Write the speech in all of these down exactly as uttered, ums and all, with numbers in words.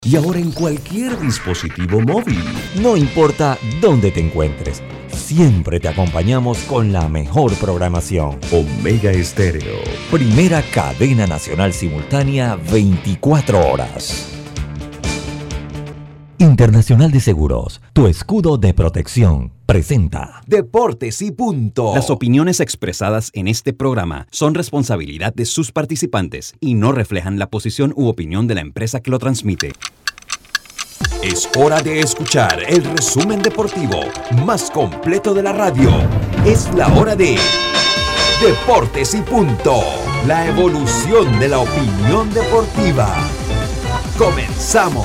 Y ahora en cualquier dispositivo móvil. No importa dónde te encuentres, siempre te acompañamos con la mejor programación. Omega Estéreo. Primera cadena nacional simultánea veinticuatro horas. Internacional de Seguros, tu escudo de protección, presenta Deportes y Punto. Las opiniones expresadas en este programa son responsabilidad de sus participantes y no reflejan la posición u opinión de la empresa que lo transmite. Es hora de escuchar el resumen deportivo más completo de la radio. Es la hora de Deportes y Punto. La evolución de la opinión deportiva. ¡Comenzamos!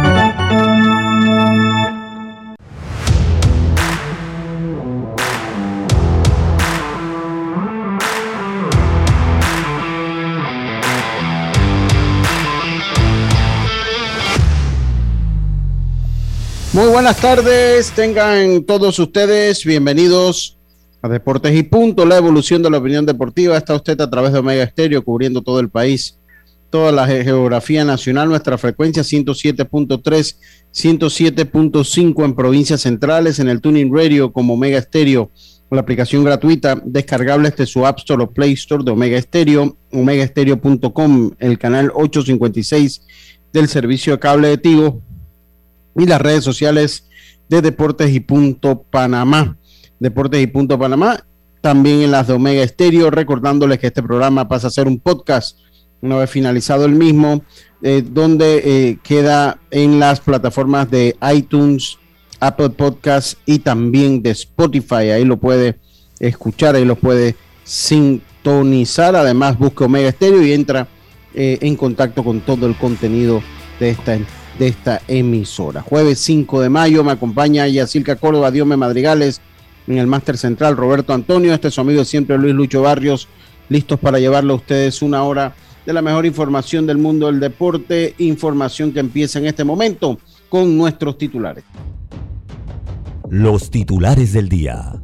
Muy buenas tardes, tengan todos ustedes bienvenidos a Deportes y Punto, la evolución de la opinión deportiva. Está usted a través de Omega Estéreo cubriendo todo el país, toda la geografía nacional, nuestra frecuencia ciento siete punto tres, ciento siete punto cinco en provincias centrales, en el Tuning Radio como Omega Estéreo, la aplicación gratuita descargable desde su App Store o Play Store de Omega Estéreo, omega estéreo punto com, el canal ochocientos cincuenta y seis del servicio de cable de Tigo, y las redes sociales de Deportes y Punto Panamá. Deportes y Punto Panamá, también en las de Omega Estéreo, recordándoles que este programa pasa a ser un podcast una vez finalizado el mismo, eh, donde eh, queda en las plataformas de iTunes, Apple Podcasts y también de Spotify. Ahí lo puede escuchar, ahí lo puede sintonizar. Además, busca Omega Estéreo y entra eh, en contacto con todo el contenido de esta de esta emisora. Jueves cinco de mayo me acompaña Yacilca Córdoba, Diome Madrigales, en el máster central Roberto Antonio, este es su amigo de siempre Luis Lucho Barrios, listos para llevarle a ustedes una hora de la mejor información del mundo del deporte, información que empieza en este momento con nuestros titulares. Los titulares del día.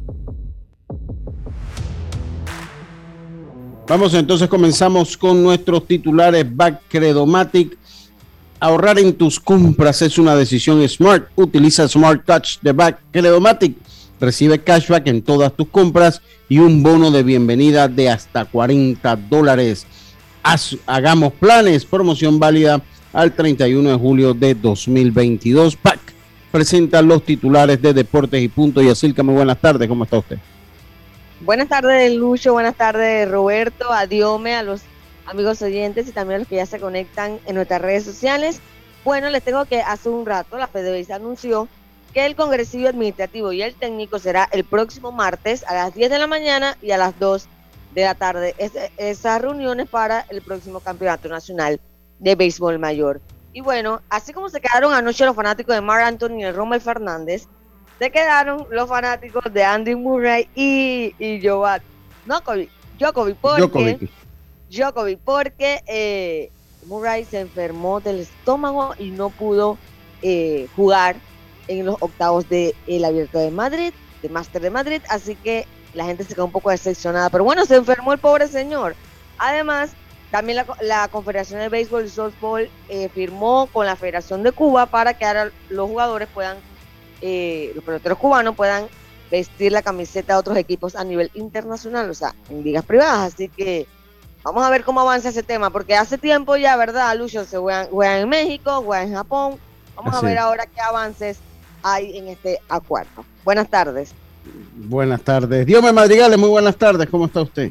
Vamos entonces, comenzamos con nuestros titulares. Bacredomatic. Ahorrar en tus compras es una decisión smart. Utiliza Smart Touch de Bacredomatic. Recibe cashback en todas tus compras y un bono de bienvenida de hasta cuarenta dólares. Haz, hagamos planes. Promoción válida al treinta y uno de julio de dos mil veintidós. Pac presenta los titulares de Deportes y Punto. Yacilca, muy buenas tardes. ¿Cómo está usted? Buenas tardes, Lucho. Buenas tardes, Roberto. A Diome, a los amigos oyentes y también a los que ya se conectan en nuestras redes sociales. Bueno, les tengo que hace un rato la PDVSA anunció que el congresillo administrativo y el técnico será el próximo martes a las diez de la mañana y a las dos de la tarde. Es, esas reuniones para el próximo campeonato nacional de béisbol mayor. Y bueno, así como se quedaron anoche los fanáticos de Marc Anthony y el Rommel Fernández, se quedaron los fanáticos de Andy Murray y, y Djokovic. Djokovic, Djokovic, porque... Djokovic. Djokovic, porque eh, Murray se enfermó del estómago y no pudo eh, jugar en los octavos del Abierto de Madrid, de Master de Madrid, así que la gente se quedó un poco decepcionada, pero bueno, se enfermó el pobre señor. Además, también la, la Confederación de Béisbol y Softball eh, firmó con la Federación de Cuba para que ahora los jugadores puedan, eh, los peloteros cubanos puedan vestir la camiseta de otros equipos a nivel internacional, o sea, en ligas privadas, así que vamos a ver cómo avanza ese tema, porque hace tiempo ya, ¿verdad, Lucho? Se juegan, juegan en México, juegan en Japón. Vamos Así. a ver ahora qué avances hay en este acuerdo. Buenas tardes. Buenas tardes. Diome Madrigales, muy buenas tardes. ¿Cómo está usted?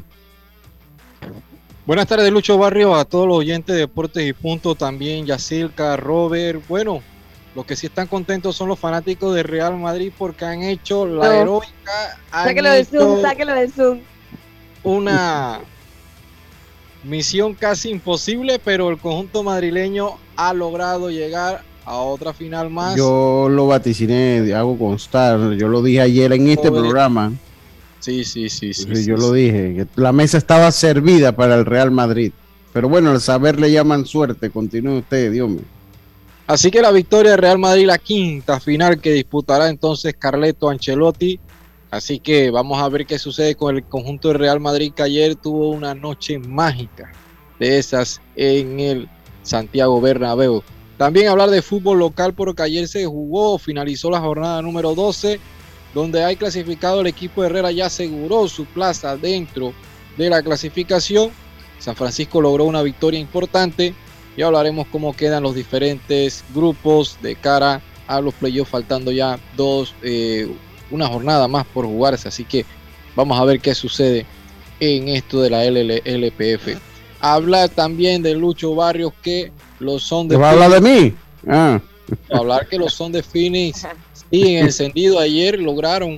Buenas tardes, Lucho Barrio, a todos los oyentes de Deportes y Punto, también Yacilca, Robert. Bueno, los que sí están contentos son los fanáticos de Real Madrid porque han hecho la no. heroica. Sáquelo del Zoom, sáquelo del Zoom. Una... misión casi imposible, pero el conjunto madrileño ha logrado llegar a otra final más. Yo lo vaticiné, hago constar, yo lo dije ayer en este Pobre. programa. Sí, sí, sí, sí. sí, sí yo sí, lo sí. dije, que la mesa estaba servida para el Real Madrid. Pero bueno, al saber le llaman suerte. Continúe usted, Dios mío. Así que la victoria de Real Madrid, la quinta final que disputará entonces Carleto Ancelotti. Así que vamos a ver qué sucede con el conjunto de Real Madrid, que ayer tuvo una noche mágica de esas en el Santiago Bernabéu. También hablar de fútbol local porque ayer se jugó, finalizó la jornada número doce, donde hay clasificado el equipo de Herrera, ya aseguró su plaza dentro de la clasificación. San Francisco logró una victoria importante y hablaremos cómo quedan los diferentes grupos de cara a los playoffs, faltando ya dos, eh, una jornada más por jugarse, así que vamos a ver qué sucede en esto de la L L P F. Hablar también de Lucho Barrios, que los son de ¿te va a hablar de mí? Ah. Hablar que los son de Phoenix siguen encendidos. Ayer lograron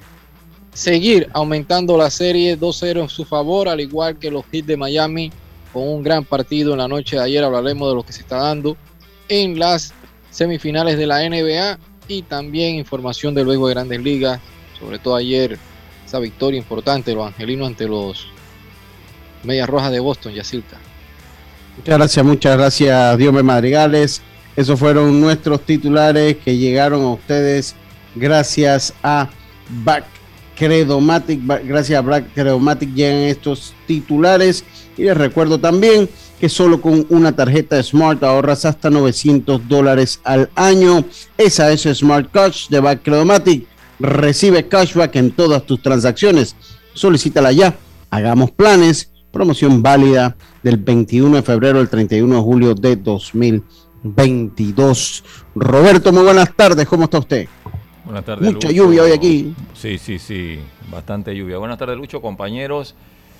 seguir aumentando la serie dos cero en su favor, al igual que los Heat de Miami, con un gran partido en la noche de ayer. Hablaremos de lo que se está dando en las semifinales de la N B A y también información del béisbol de Grandes Ligas, sobre todo ayer esa victoria importante de los angelinos ante los Medias Rojas de Boston, Yacirca. Muchas gracias, muchas gracias, Diome Madrigales. Esos fueron nuestros titulares que llegaron a ustedes gracias a Backcredomatic. Gracias a Backcredomatic llegan estos titulares. Y les recuerdo también que solo con una tarjeta Smart ahorras hasta novecientos dólares al año. Esa es Smart Cash de Backcredomatic. Recibe cashback en todas tus transacciones. Solicítala ya. Hagamos planes. Promoción válida del veintiuno de febrero al treinta y uno de julio de dos mil veintidós. Roberto, muy buenas tardes. ¿Cómo está usted? Buenas tardes, Mucha Lucho. lluvia hoy aquí. Sí, sí, sí. Bastante lluvia. Buenas tardes, Lucho, compañeros.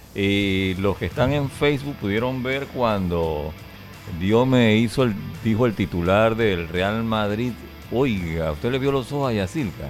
Y los que están en Facebook pudieron ver cuando Dios me hizo el, dijo el titular del Real Madrid. Oiga, ¿usted le vio los ojos a Yacirca?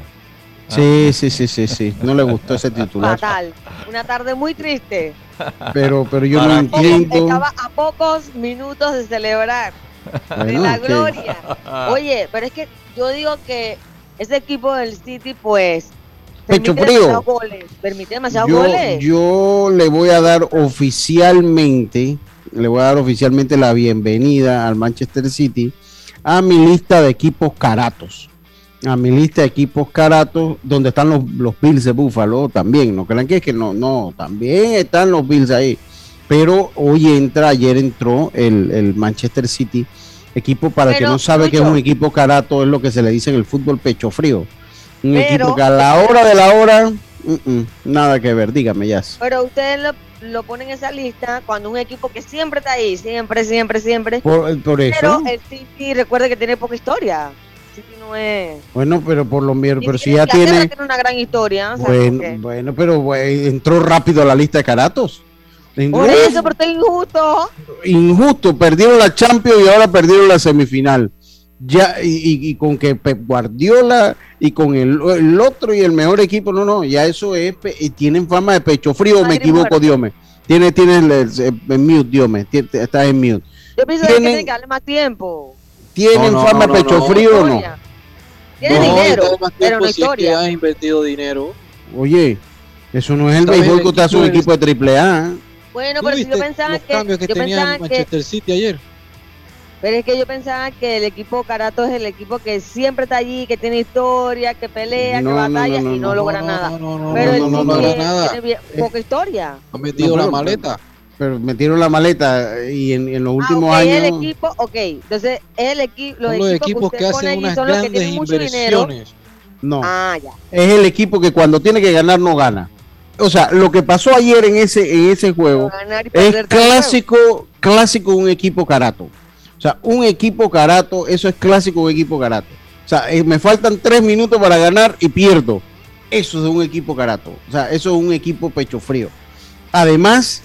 Sí, sí, sí, sí, sí. No le gustó ese titular. Fatal. Una tarde muy triste. Pero, pero yo Para no entiendo. Estaba a pocos minutos de celebrar. Bueno, de la que- gloria. Oye, pero es que yo digo que ese equipo del City, pues, Pecho permite frío. demasiados goles. Permite demasiados Yo, goles. yo le voy a dar oficialmente, le voy a dar oficialmente la bienvenida al Manchester City a mi lista de equipos caratos. A mi lista de equipos caratos, donde están los, los Bills de Buffalo también. No crean que es que no, no, también están los Bills ahí. Pero hoy entra, ayer entró el, el Manchester City, equipo para el que Pero, no sabe que es Lucho, un equipo carato, es lo que se le dice en el fútbol pecho frío. Un Pero- equipo que a la hora de la hora, mm, mm, nada que ver, dígame, Jazz. Pero ustedes lo, lo ponen en esa lista cuando un equipo que siempre está ahí, siempre, siempre, siempre. Por, por eso. Pero el City, recuerde que tiene poca historia. El City no es. Bueno, pero por lo menos, Ni pero si siquiera ya Inglaterra tiene. tiene una gran historia. o sea, Bueno, porque- bueno, pero bueno, entró rápido a la lista de caratos. Entró Por eso, pero está injusto. injusto, perdieron la Champions y ahora perdieron la semifinal. Ya, y, y- y con que Pep Guardiola y con el, el otro y el mejor equipo, no, no, ya eso es, pe- y tienen fama de pecho frío, me Madre equivoco, muerta. Diome. Tiene, tiene el, el- el mute, Diome, tiene- está en mute. Yo pienso que Tienen- tienen que darle más tiempo. ¿Tienen No, no, fama no, de no, pecho no. frío o no? Historia. Tiene No, dinero, Dale más pero tiempo no si es que historia. has invertido dinero. Oye, eso no es el Esta vez béisbol el que usted hace un equipo equipo de triple A. Bueno, ¿Tú pero si yo viste pensaba los que, cambios que yo tenía pensaba el que, Manchester City ayer? pero es que yo pensaba que el equipo Carato es el equipo que siempre está allí, que tiene historia, que pelea, No, que no, batalla no, no, y no, no, logra no, nada. No, no, no, pero no, el no, no City logra tiene nada. bien- poca historia. Ha metido No, la pero- maleta. Pero metieron la maleta y en, en los Ah, últimos ok, es el años. equipo, ok, entonces es el equipo, los Son los equipos, equipos que, que usted pone hacen allí unas son los que grandes tienen mucho dinero. inversiones. No, Ah, ya. es el equipo que cuando tiene que ganar no gana. O sea, lo que pasó ayer en ese en ese juego Ganar y es perder tal juego. clásico, clásico de un equipo carato. O sea, un equipo carato, eso es clásico de un equipo carato. O sea, eh, me faltan tres minutos para ganar y pierdo. Eso es de un equipo carato. O sea, eso es un equipo pecho frío. Además,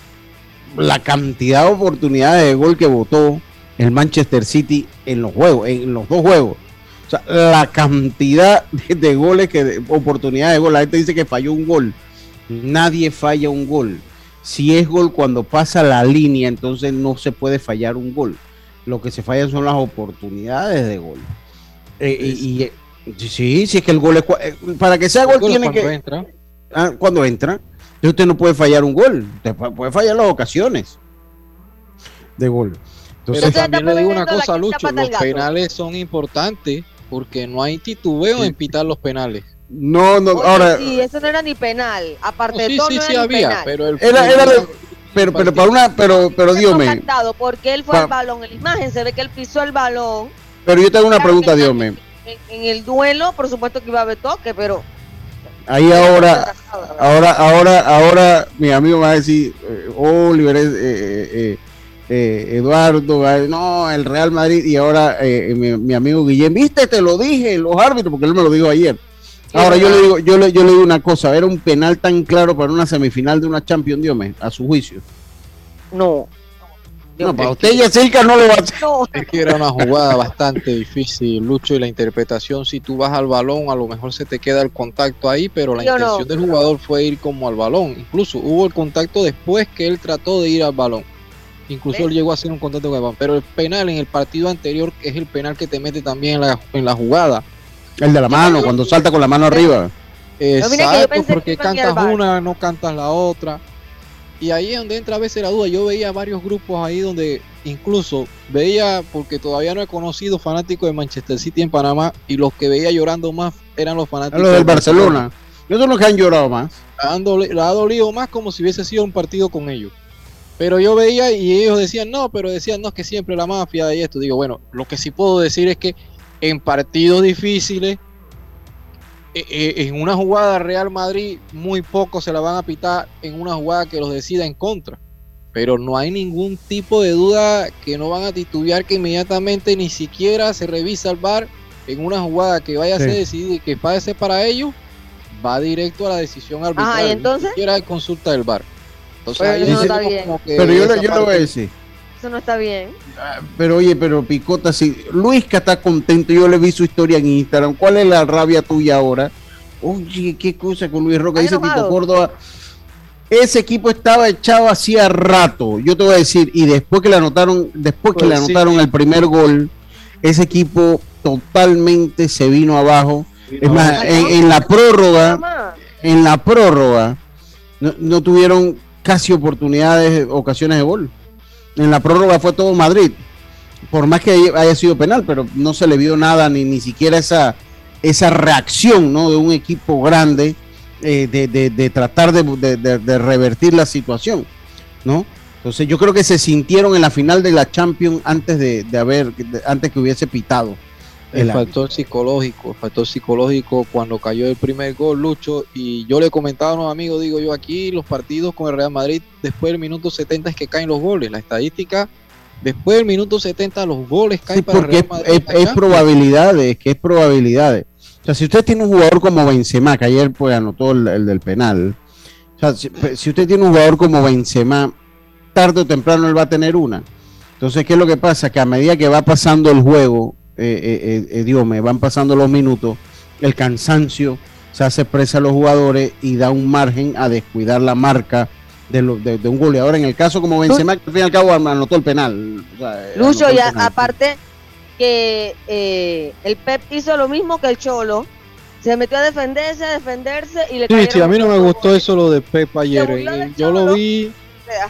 la cantidad de oportunidades de gol que votó el Manchester City en los juegos, en los dos juegos. O sea, la cantidad de, de goles, que de, oportunidades de gol. La gente dice que falló un gol. Nadie falla un gol. Si es gol cuando pasa la línea, entonces no se puede fallar un gol. Lo que se falla son las oportunidades de gol. Eh, y, y- sí, si es que el gol es cua- eh, para que sea gol Gol tiene cuando que entra. ah, cuando entra. Entonces usted no puede fallar un gol. Usted pu- puede fallar las ocasiones de gol. Pero Entonces, Entonces, también le digo una está poniendo cosa, la quinta Lucho, pata al los gato. penales son importantes porque no hay titubeo Sí. en pitar los penales. no, no, Oye, ahora, sí, eso no era ni penal. Aparte No, de sí, todo, sí, no sí era ni había, penal. pero el era, era de- el- pero, pero para una, pero, pero Fue Dios mío. contactado porque él fue Pa- al balón. En la imagen se ve que él pisó el balón Pero yo tengo una pregunta, Dios mío. En, en el duelo, por supuesto que iba a haber toque, pero ahí ahora, ahora, ahora, ahora, mi amigo va a decir, eh, Oliver, eh, eh, eh, Eduardo, va a decir, no, el Real Madrid, y ahora eh, mi, mi amigo Guillén, viste, te lo dije, los árbitros, porque él me lo dijo ayer. Ahora yo le digo, yo le, yo le digo una cosa, era un penal tan claro para una semifinal de una Champions, Dios mío, a su juicio. No. No, para usted Yacirca no lo va a hacer. No. Es que era una jugada bastante difícil, Lucho, y la interpretación, si tú vas al balón, a lo mejor se te queda el contacto ahí, pero la Yo intención no. del jugador fue ir como al balón. Incluso hubo el contacto después que él trató de ir al balón. Incluso ¿Ves? él llegó a hacer un contacto con el balón. Pero el penal en el partido anterior es el penal que te mete también en la, en la jugada. El de la mano, cuando salta con la mano arriba. mira que yo Exacto, pensé que porque iba a ir al cantas V A R. una, no cantas la otra. Y ahí es donde entra a veces la duda. Yo veía varios grupos ahí donde incluso veía, porque todavía no he conocido fanáticos de Manchester City en Panamá, y los que veía llorando más eran los fanáticos Los del de Barcelona. Yo son los que han llorado más. Han doli- la ha dolido más como si hubiese sido un partido con ellos. Pero yo veía y ellos decían no, pero decían no, es que siempre la mafia y esto. Digo, bueno, lo que sí puedo decir es que en partidos difíciles, eh, eh, en una jugada Real Madrid, muy poco se la van a pitar en una jugada que los decida en contra. Pero no hay ningún tipo de duda que no van a titubear, que inmediatamente ni siquiera se revisa el V A R en una jugada que vaya a Sí. ser decidida y que vaya a ser para ellos, va directo a la decisión arbitral. Ajá, ¿y entonces? Ni siquiera hay consulta del V A R. Entonces Pero ahí eso no está tenemos bien. como que Pero yo, esa le- yo le parte- voy a decir. Eso no está bien. Pero oye, pero Picota, si Luisca está contento, yo le vi su historia en Instagram. ¿Cuál es la rabia tuya ahora? Oye, qué cosa con Luis Roca, ¿Está dice Tito enojado? Córdoba. Ese equipo estaba echado hacía rato, yo te voy a decir, y después que le anotaron, después que Pues le sí. anotaron el primer gol, ese equipo totalmente se vino abajo. Es No, más, en, en la prórroga, Mamá. en la prórroga, no, no tuvieron casi oportunidades, ocasiones de gol. En la prórroga fue todo Madrid, por más que haya sido penal, pero no se le vio nada, ni, ni siquiera esa, esa reacción, ¿no? De un equipo grande eh, de, de, de tratar de, de, de- de revertir la situación, ¿no? Entonces yo creo que se sintieron en la final de la Champions antes de, de haber, de- antes que hubiese pitado. El El factor psicológico, el factor psicológico cuando cayó el primer gol, Lucho, y yo le comentaba a unos amigos, digo yo, aquí los partidos con el Real Madrid, después del minuto setenta es que caen los goles, la estadística, después del minuto setenta los goles caen Sí, para el porque es, Real Madrid. es- en la es Champions. probabilidades, que es probabilidades. O sea, si usted tiene un jugador como Benzema, que ayer pues anotó el, el del penal, o sea, si, si usted tiene un jugador como Benzema, tarde o temprano él va a tener una. Entonces, ¿qué es lo que pasa? Que a medida que va pasando el juego, eh, eh, eh, Dios me van pasando los minutos, el cansancio se hace presa a los jugadores y da un margen a descuidar la marca de, lo- de, de un goleador. En el caso como Benzema, que al fin y al cabo anotó el penal. O sea, Lucho, anotó el ya penal. aparte que eh, el Pep hizo lo mismo que el Cholo. Se metió a defenderse, a defenderse y le Sí, cayeron sí, a mí no me muchos gustó goles. eso lo de Pep ayer. burló del eh, Yo lo Cholo. vi, O sea,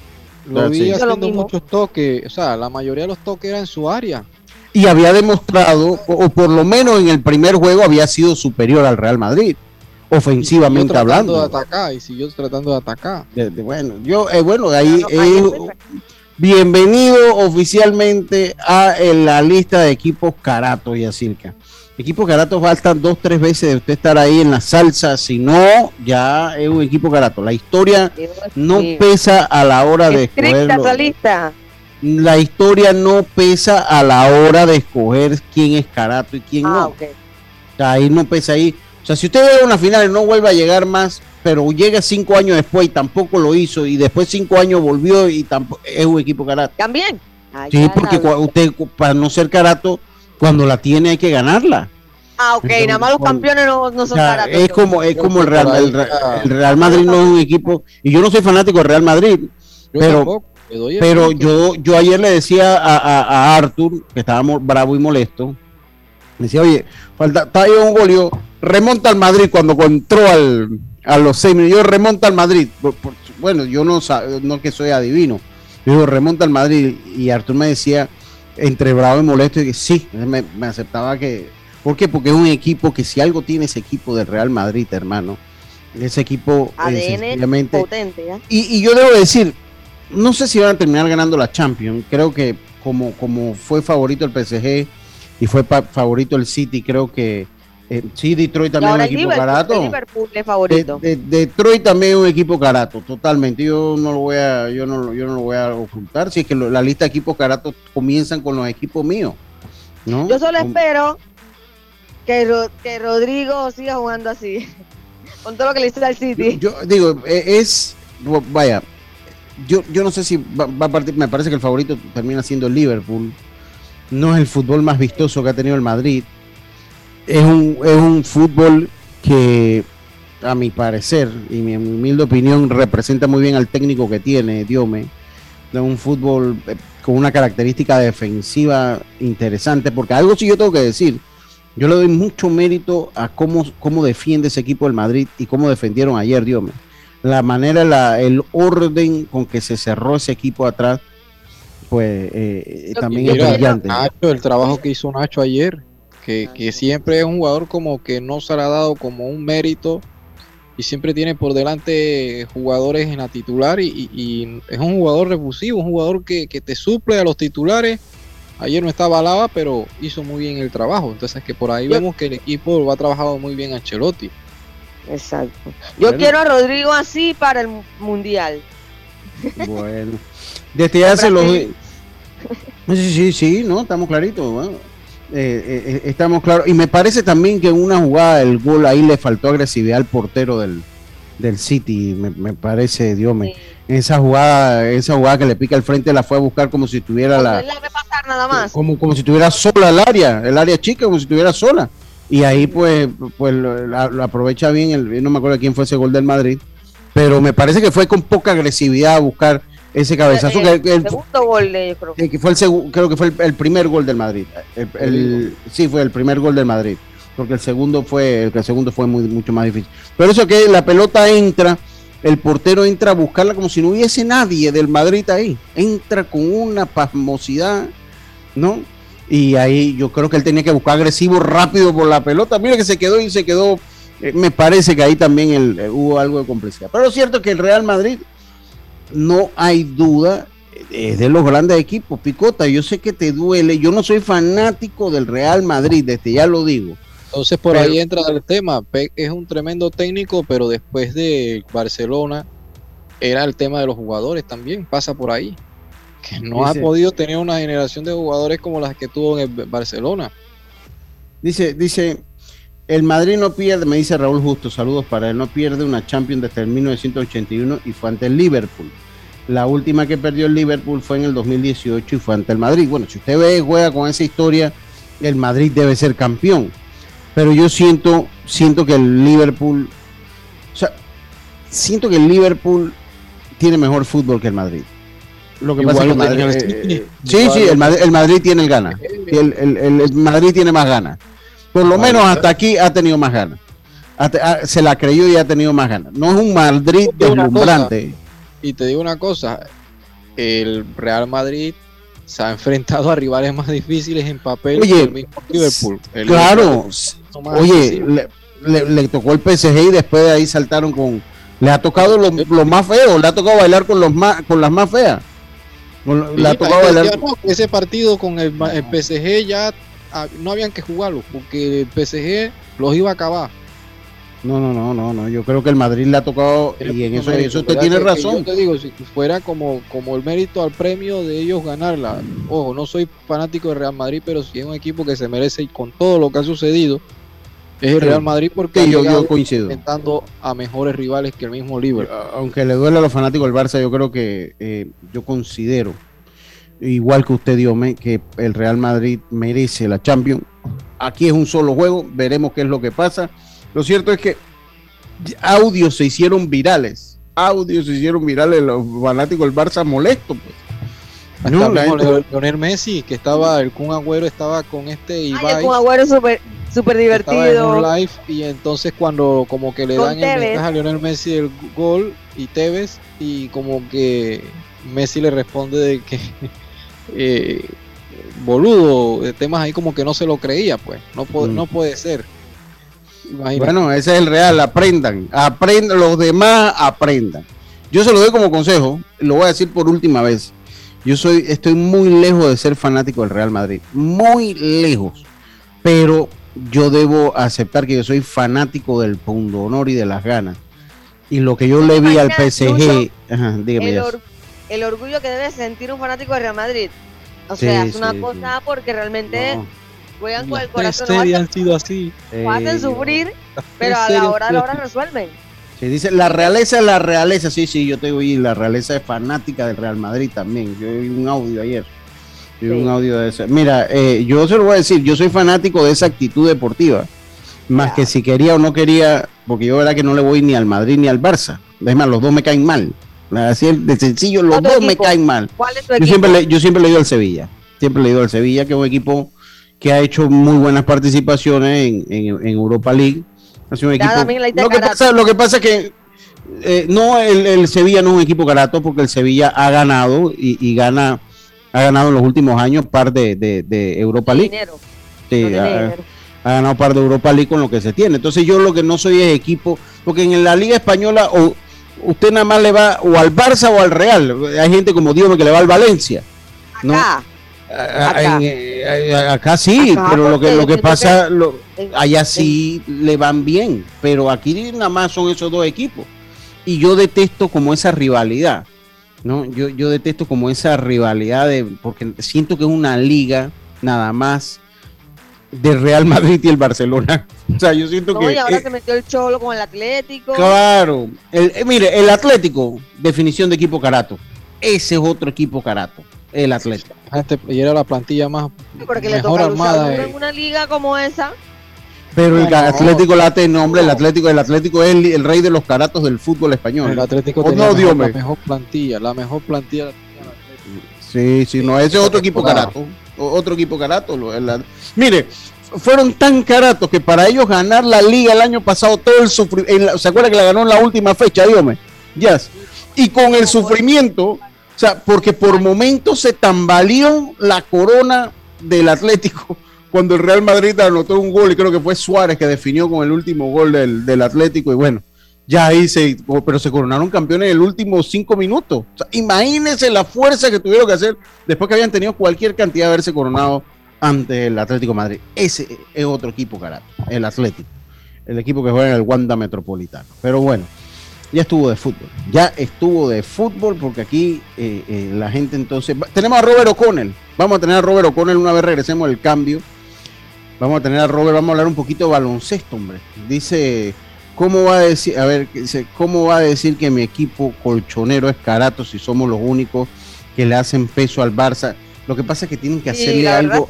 lo Ah, vi sí. Hizo lo haciendo mismo. muchos toques, o sea, la mayoría de los toques eran en su área. Y había demostrado, o, o por lo menos en el primer juego había sido superior al Real Madrid, ofensivamente Y siguió tratando hablando. de atacar, y siguió tratando de atacar. De- de- bueno, yo, eh, bueno, ahí Claro, ahí eh, empezó. bienvenido oficialmente a en la lista de equipos Caratos y Acilca. Equipos Caratos faltan dos, tres veces de usted estar ahí en la salsa, si no, ya es un equipo Carato. La historia no sí. pesa a la hora de Estricta escogerlo. esa lista. La historia no pesa a la hora de escoger quién es Carato y quién Ah, no. ok. O sea, ahí no pesa ahí. O sea, si usted llega a una final y no vuelve a llegar más, pero llega cinco años después y tampoco lo hizo, y después cinco años volvió y tampoco es un equipo Carato. También. Ay, Sí, ya porque la- cua- usted, cu- para no ser Carato, cuando la tiene hay que ganarla. Ah, ok, Entonces, nada más los cuando- campeones no, no O son sea, baratos. es como, es Creo como que el Real, por ahí el, Re- está. el Real Madrid no es un equipo, y yo no soy fanático del Real Madrid, Yo Pero- tampoco, le doy el pero punto. yo, yo ayer le decía a, a, a Arthur, que estábamos bravo y molesto, me decía, oye, falta, está ahí un gol, yo, remonta al Madrid cuando entró al, a los seis minutos, yo remonta al Madrid, por- por- bueno, yo no, sa- no que soy adivino, yo digo, remonta al Madrid, y Arthur me decía, entre bravo y molesto, y que sí, me, me aceptaba que, ¿por qué? Porque es un equipo que si algo tiene ese equipo del Real Madrid, hermano, ese equipo eh, A D N sencillamente, potente, ¿ya? y, y yo debo decir, no sé si van a terminar ganando la Champions. Creo que como, como fue favorito el P S G y fue pa- favorito el City, creo que eh, sí, Detroit también es un equipo Liverpool, carato. Liverpool es favorito. De, de, Detroit también es un equipo carato, totalmente. Yo no lo voy a, yo no, yo no lo voy a ocultar. Si es que lo, la lista de equipos caratos comienzan con los equipos míos, ¿no? Yo solo Con, espero que, Ro, que Rodrigo siga jugando así, con todo lo que le hizo al City. Yo, yo digo, es, vaya, yo, yo no sé si va, va a partir, me parece que el favorito termina siendo el Liverpool. No es el fútbol más vistoso que ha tenido el Madrid. Es un, es un fútbol que, a mi parecer, y mi humilde opinión, representa muy bien al técnico que tiene Diome. Es un fútbol eh, con una característica defensiva interesante, porque algo sí yo tengo que decir, yo le doy mucho mérito a cómo, cómo defiende ese equipo del Madrid y cómo defendieron ayer, Diome. La manera, la, el orden con que se cerró ese equipo atrás, pues eh, también Mira, es brillante. Nacho, el trabajo que hizo Nacho ayer, que, que siempre es un jugador como que no se le ha dado como un mérito y siempre tiene por delante jugadores en la titular y, y, y es un jugador refusivo, un jugador que, que te suple a los titulares. Ayer no estaba Lava, pero hizo muy bien el trabajo. Entonces que por ahí vemos que el equipo lo ha trabajado muy bien a Ancelotti. Exacto. Yo Bueno. quiero a Rodrigo así para el Mundial. Bueno, desde ya se los... Sí, sí, sí, no, estamos claritos. Bueno, eh, eh, estamos claros. Y me parece también que en una jugada del gol ahí le faltó agresividad al portero del, del City. Me, me parece, Dios mío. Sí. Esa jugada, esa jugada que le pica al frente la fue a buscar como si tuviera la... La ve pasar nada más. Como, como si tuviera sola el área, el área chica, como si tuviera sola. Y ahí pues, pues lo, la- lo aprovecha bien, el, no me acuerdo quién fue ese gol del Madrid, pero me parece que fue con poca agresividad a buscar ese cabezazo, el, que, el que- segundo gol de yo creo. que, que fue el segundo, creo que fue el, el primer gol del Madrid. El, el- sí, fue el primer gol del Madrid, porque el segundo fue, el, el segundo fue muy, mucho más difícil. Pero eso que la pelota entra, el portero entra a buscarla como si no hubiese nadie del Madrid ahí. Entra con una pasmosidad, ¿no? Y ahí yo creo que él tenía que buscar agresivo rápido por la pelota. Mira que se quedó y se quedó. eh, me parece que ahí también el, eh, hubo algo de complicidad. Pero lo cierto es que el Real Madrid, no hay duda, es de los grandes equipos. Picota, yo sé que te duele. Yo no soy fanático del Real Madrid, desde ya lo digo. Entonces por Pero- ahí entra el tema. Pep es un tremendo técnico, pero después de Barcelona era el tema de los jugadores también, pasa por ahí. Que no Dice- ha podido tener una generación de jugadores como las que tuvo en el Barcelona. Dice, dice, el Madrid no pierde, me dice Raúl Justo, saludos para él, no pierde una Champions desde el mil novecientos ochenta y uno y fue ante el Liverpool. La última que perdió el Liverpool fue en el dos mil dieciocho y fue ante el Madrid. Bueno, si usted ve, juega con esa historia, el Madrid debe ser campeón. Pero yo siento, siento que el Liverpool, o sea, siento que el Liverpool tiene mejor fútbol que el Madrid. Lo que Igual pasa es que el lo tenía Madrid, el eh, City. eh, sí, Igual sí, lo el Madrid, el Madrid tiene el gana. El, el- el- el Madrid tiene más ganas. Por lo menos hasta aquí ha tenido más ganas. Hasta- ah, se la creyó y ha tenido más ganas. No es un Madrid Te digo una deslumbrante. Y te digo una cosa, el Real Madrid se ha enfrentado a rivales más difíciles en papel Oye, que el mismo Liverpool. El Claro, Liverpool es más oye, accesible. le, le- le tocó el P S G y después de ahí saltaron con... Le ha tocado lo, lo más feo, le ha tocado bailar con, los más, con las más feas. Con lo- Sí, le ha la tocado gente bailar... decía, no, ese partido con el, Ma- el P S G ya ah, no habían que jugarlo porque el P S G los iba a acabar. No, no, no, no, no. Yo creo que el Madrid le ha tocado y en eso, eso usted ¿Verdad? tiene Que- que razón. Yo te digo, si fuera como, como el mérito al premio de ellos ganarla. Ojo, no soy fanático de Real Madrid, pero sí es un equipo que se merece y con todo lo que ha sucedido es el Sí. Real Madrid porque Sí, ha yo, llegado yo coincido. enfrentando a mejores rivales que el mismo Liverpool. Aunque le duele a los fanáticos del Barça, yo creo que eh, yo considero, igual que usted, Diome, que el Real Madrid merece la Champions. Aquí es un solo juego, veremos qué es lo que pasa. Lo cierto es que audios se hicieron virales, audios se hicieron virales, los fanáticos del Barça molestos. Pues. Hasta No, el la mismo gente- Lionel Messi, que estaba, el Kun Agüero estaba con este Ay, Ibai, el Kun Agüero es súper súper estaba en un divertido. live y entonces cuando como que le Con dan el Tevez. mensaje a Lionel Messi el gol y Tevez y como que Messi le responde de que eh, boludo, de temas ahí como que no se lo creía, pues no, puede Mm. no puede ser. Imagínate. Bueno, ese es el Real, aprendan, aprendan, los demás aprendan. Yo se lo doy como consejo, lo voy a decir por última vez. yo soy, estoy muy lejos de ser fanático del Real Madrid, muy lejos, pero yo debo aceptar que yo soy fanático del pundonor y de las ganas. Y lo que yo le vi al P S G, ajá, dígame el, ya. or, el orgullo que debe sentir un fanático del Real Madrid. O sí, sea, es una sí, cosa sí. porque realmente no. juegan con el corazón. Las han sido así. No hacen sufrir, pero a la hora a la hora resuelven. Sí, dice, la realeza es la realeza, sí, sí, yo te digo, y la realeza es fanática del Real Madrid también. Yo vi un audio ayer, vi sí. un audio de eso. Mira, eh, yo se lo voy a decir, yo soy fanático de esa actitud deportiva, más ya. que si quería o no quería, porque yo verdad que no le voy ni al Madrid ni al Barça. Es más, los dos me caen mal. Así de sencillo, los dos equipo? me caen mal. ¿Cuál es tu yo equipo? siempre le, yo siempre le digo al Sevilla, siempre le digo al Sevilla, que es un equipo que ha hecho muy buenas participaciones en, en, en Europa League. Ha sido un equipo. Lo que, pasa, lo que pasa es que eh, no el, el Sevilla no es un equipo carato, porque el Sevilla ha ganado y, y gana, ha ganado en los últimos años par de, de, de Europa League. Dinero. Sí, no ha, ha ganado par de Europa League con lo que se tiene. Entonces yo lo que no soy es equipo, porque en la Liga Española o usted nada más le va o al Barça o al Real. Hay gente como Dios que le va al Valencia, ¿no? Acá. Acá. En, acá sí, acá pero lo que lo que pasa, lo, allá sí le van bien, pero aquí nada más son esos dos equipos. Y yo detesto como esa rivalidad, ¿no? Yo, yo detesto como esa rivalidad, de, porque siento que es una liga nada más del Real Madrid y el Barcelona. O sea, yo siento no, que... y ahora eh, se metió el Cholo con el Atlético. Claro. El, eh, mire, el Atlético, definición de equipo carato. Ese es otro equipo carato, el Atlético. Y era la plantilla más porque mejor le armada. En una liga como esa. Pero el no, Atlético no, late nombre, el Atlético, el Atlético es el, el rey de los caratos del fútbol español. El Atlético oh, tenía no, mejor, la mejor plantilla, la mejor plantilla del Atlético. Sí, sí, no, ese es otro equipo carato. Otro equipo carato. El, mire, fueron tan caratos que para ellos ganar la liga el año pasado, todo el sufrimiento, ¿se acuerda que la ganó en la última fecha, dígame? Yes. Y con el sufrimiento, o sea, porque por momentos se tambaleó la corona del Atlético cuando el Real Madrid anotó un gol, y creo que fue Suárez que definió con el último gol del, del Atlético, y bueno, ya ahí se, pero se coronaron campeones en el último cinco minutos. O sea, imagínense la fuerza que tuvieron que hacer después que habían tenido cualquier cantidad de haberse coronado ante el Atlético de Madrid. Ese es otro equipo, carajo, el Atlético, el equipo que juega en el Wanda Metropolitano. Pero bueno, ya estuvo de fútbol, ya estuvo de fútbol, porque aquí eh, eh, la gente entonces... Tenemos a Robert O'Connell, vamos a tener a Robert O'Connell una vez regresemos del cambio. Vamos a tener a Robert, vamos a hablar un poquito de baloncesto, hombre. Dice, ¿cómo va a decir, a ver, dice, cómo va a decir que mi equipo colchonero es carato si somos los únicos que le hacen peso al Barça? Lo que pasa es que tienen que hacerle sí, algo.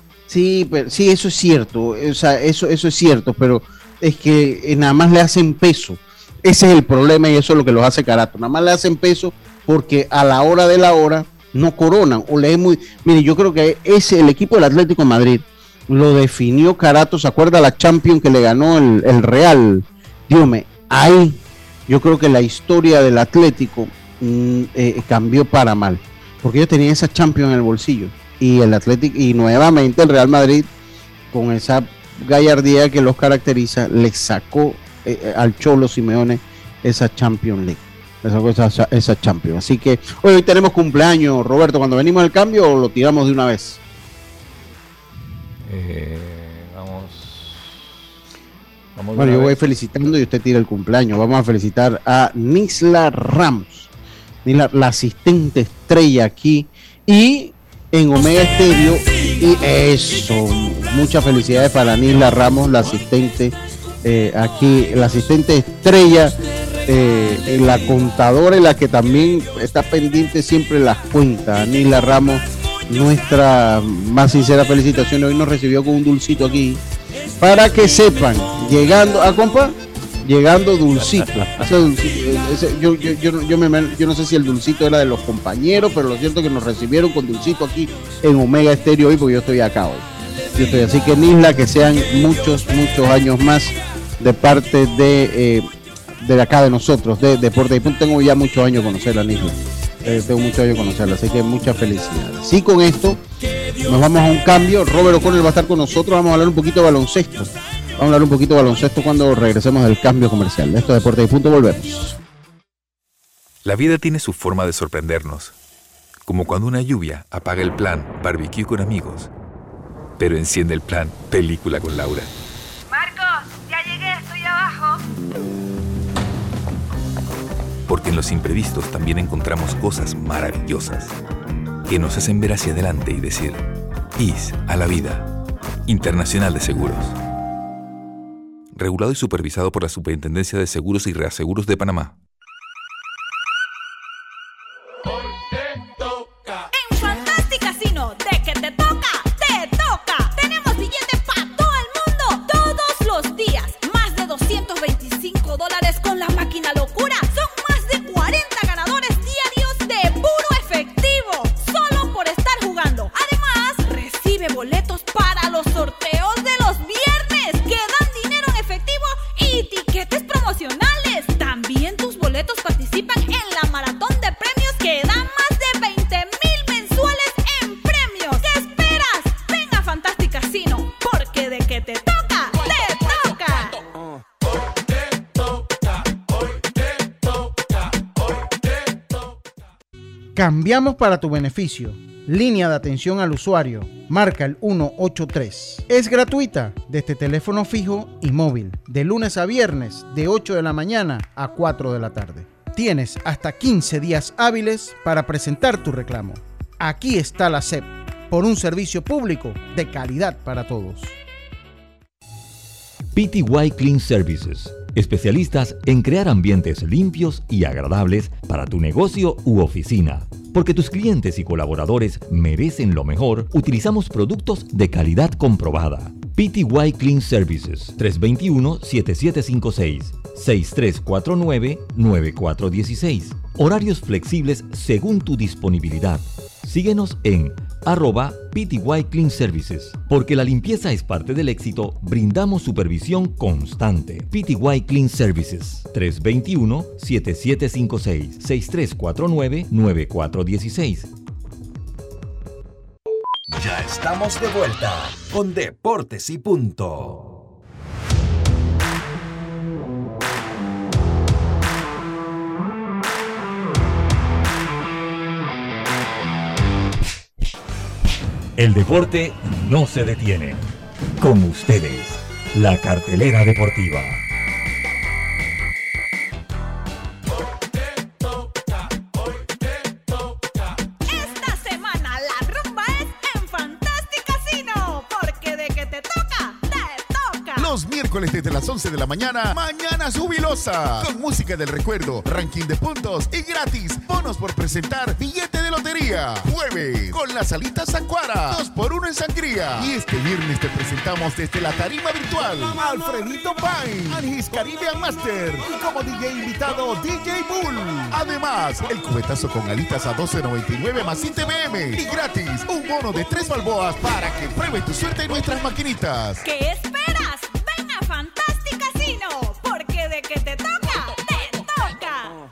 Sí, pero, sí, eso es cierto, o sea, eso, eso es cierto, pero es que nada más le hacen peso. Ese es el problema y eso es lo que los hace carato. Nada más le hacen peso porque a la hora de la hora no coronan o le es muy. Mire, yo creo que ese el equipo del Atlético de Madrid lo definió carato. ¿Se acuerda la Champions que le ganó el, el Real? Dígame, ahí yo creo que la historia del Atlético mmm, eh, cambió para mal, porque ellos tenían esa Champions en el bolsillo y el Atlético, y nuevamente el Real Madrid, con esa gallardía que los caracteriza, le sacó eh, al Cholo Simeone esa Champions League, le sacó esa, esa Champions. Así que hoy, hoy tenemos cumpleaños, Roberto. Cuando venimos al cambio, ¿o lo tiramos de una vez? Eh, vamos, vamos bueno, yo vez. voy felicitando y usted tira el cumpleaños. Vamos a felicitar a Nisla Ramos, Nisla, la asistente estrella aquí y en Omega Estéreo. Y eso, muchas felicidades para Nisla Ramos, la asistente eh, aquí, la asistente estrella, eh, la contadora y la que también está pendiente siempre las cuentas. Nisla Ramos, nuestra más sincera felicitación. Hoy nos recibió con un dulcito aquí, para que sepan, llegando a ah, compa, llegando dulcito, ese dulcito ese, yo, yo, yo, yo, me, yo no sé si el dulcito era de los compañeros, pero lo cierto es que nos recibieron con dulcito aquí en Omega Estéreo hoy, porque yo estoy acá hoy, yo estoy así que Nisla, que sean muchos, muchos años más de parte de eh, de acá de nosotros, de Deportes y Punto. Tengo ya muchos años de conocer a Nisla. Eh, tengo mucho años de conocerla, así que mucha felicidad. Así con esto nos vamos a un cambio. Robert O'Connell va a estar con nosotros. Vamos a hablar un poquito de baloncesto. Vamos a hablar un poquito de baloncesto cuando regresemos del cambio comercial. De esto Deportes y Punto, volvemos. La vida tiene su forma de sorprendernos, Como cuando una lluvia apaga el plan barbecue con amigos, pero enciende el plan película con Laura. Marcos, ya llegué, estoy abajo. Porque en los imprevistos también encontramos cosas maravillosas que nos hacen ver hacia adelante y decir, I S a la vida. Internacional de Seguros. Regulado y supervisado por la Superintendencia de Seguros y Reaseguros de Panamá. En Fantastic Casino, de que te toca, te toca. Tenemos billetes para todo el mundo, todos los días. Más de doscientos veinticinco dólares con la máquina locura. Son más de cuarenta ganadores diarios de puro efectivo, solo por estar jugando. Además, recibe boletos para los sorteos de los viernes, que dan dinero en efectivo y tiquetes promocionales. También tus boletos participan en la maratón de premios que dan más de veinte mil mensuales en premios. ¿Qué esperas? Ven a Fantastic Casino, porque de que te toca, te toca. Cambiamos para tu beneficio. Línea de atención al usuario. Marca el uno ocho tres. Es gratuita desde teléfono fijo y móvil. De lunes a viernes, de ocho de la mañana a cuatro de la tarde. Tienes hasta quince días hábiles para presentar tu reclamo. Aquí está la S E P, por un servicio público de calidad para todos. P T Y Clean Services, especialistas en crear ambientes limpios y agradables para tu negocio u oficina. Porque tus clientes y colaboradores merecen lo mejor, utilizamos productos de calidad comprobada. P T Y Clean Services, tres dos uno, siete siete cinco seis, seis tres cuatro nueve, nueve cuatro uno seis. Horarios flexibles según tu disponibilidad. Síguenos en arroba P T Y Clean Services. Porque la limpieza es parte del éxito, brindamos supervisión constante. P T Y Clean Services, tres dos uno, siete siete cinco seis, seis tres cuatro nueve, nueve cuatro uno seis. Ya estamos de vuelta con Deportes y Punto. El deporte no se detiene. Con ustedes, la cartelera deportiva. Esta semana la rumba es en Fantastic Casino, porque de que te toca, te toca. Los miércoles desde las once de la mañana, Mañana Jubilosa, con música del recuerdo, ranking de puntos y gratis, bonos por presentar, billete de lotería. Jueves, con las alitas Sancuara, dos por uno en sangría. Y este viernes te presentamos desde la tarima virtual, Alfredito Pine, and his Caribbean Master, y como D J invitado, D J Bull. Además, el cubetazo con alitas a doce noventa y nueve más I T B M. Y gratis, un bono de tres balboas para que pruebes tu suerte en nuestras maquinitas. ¿Qué esperas? Ven a Fantastic Casino, porque de que te toca, te toca.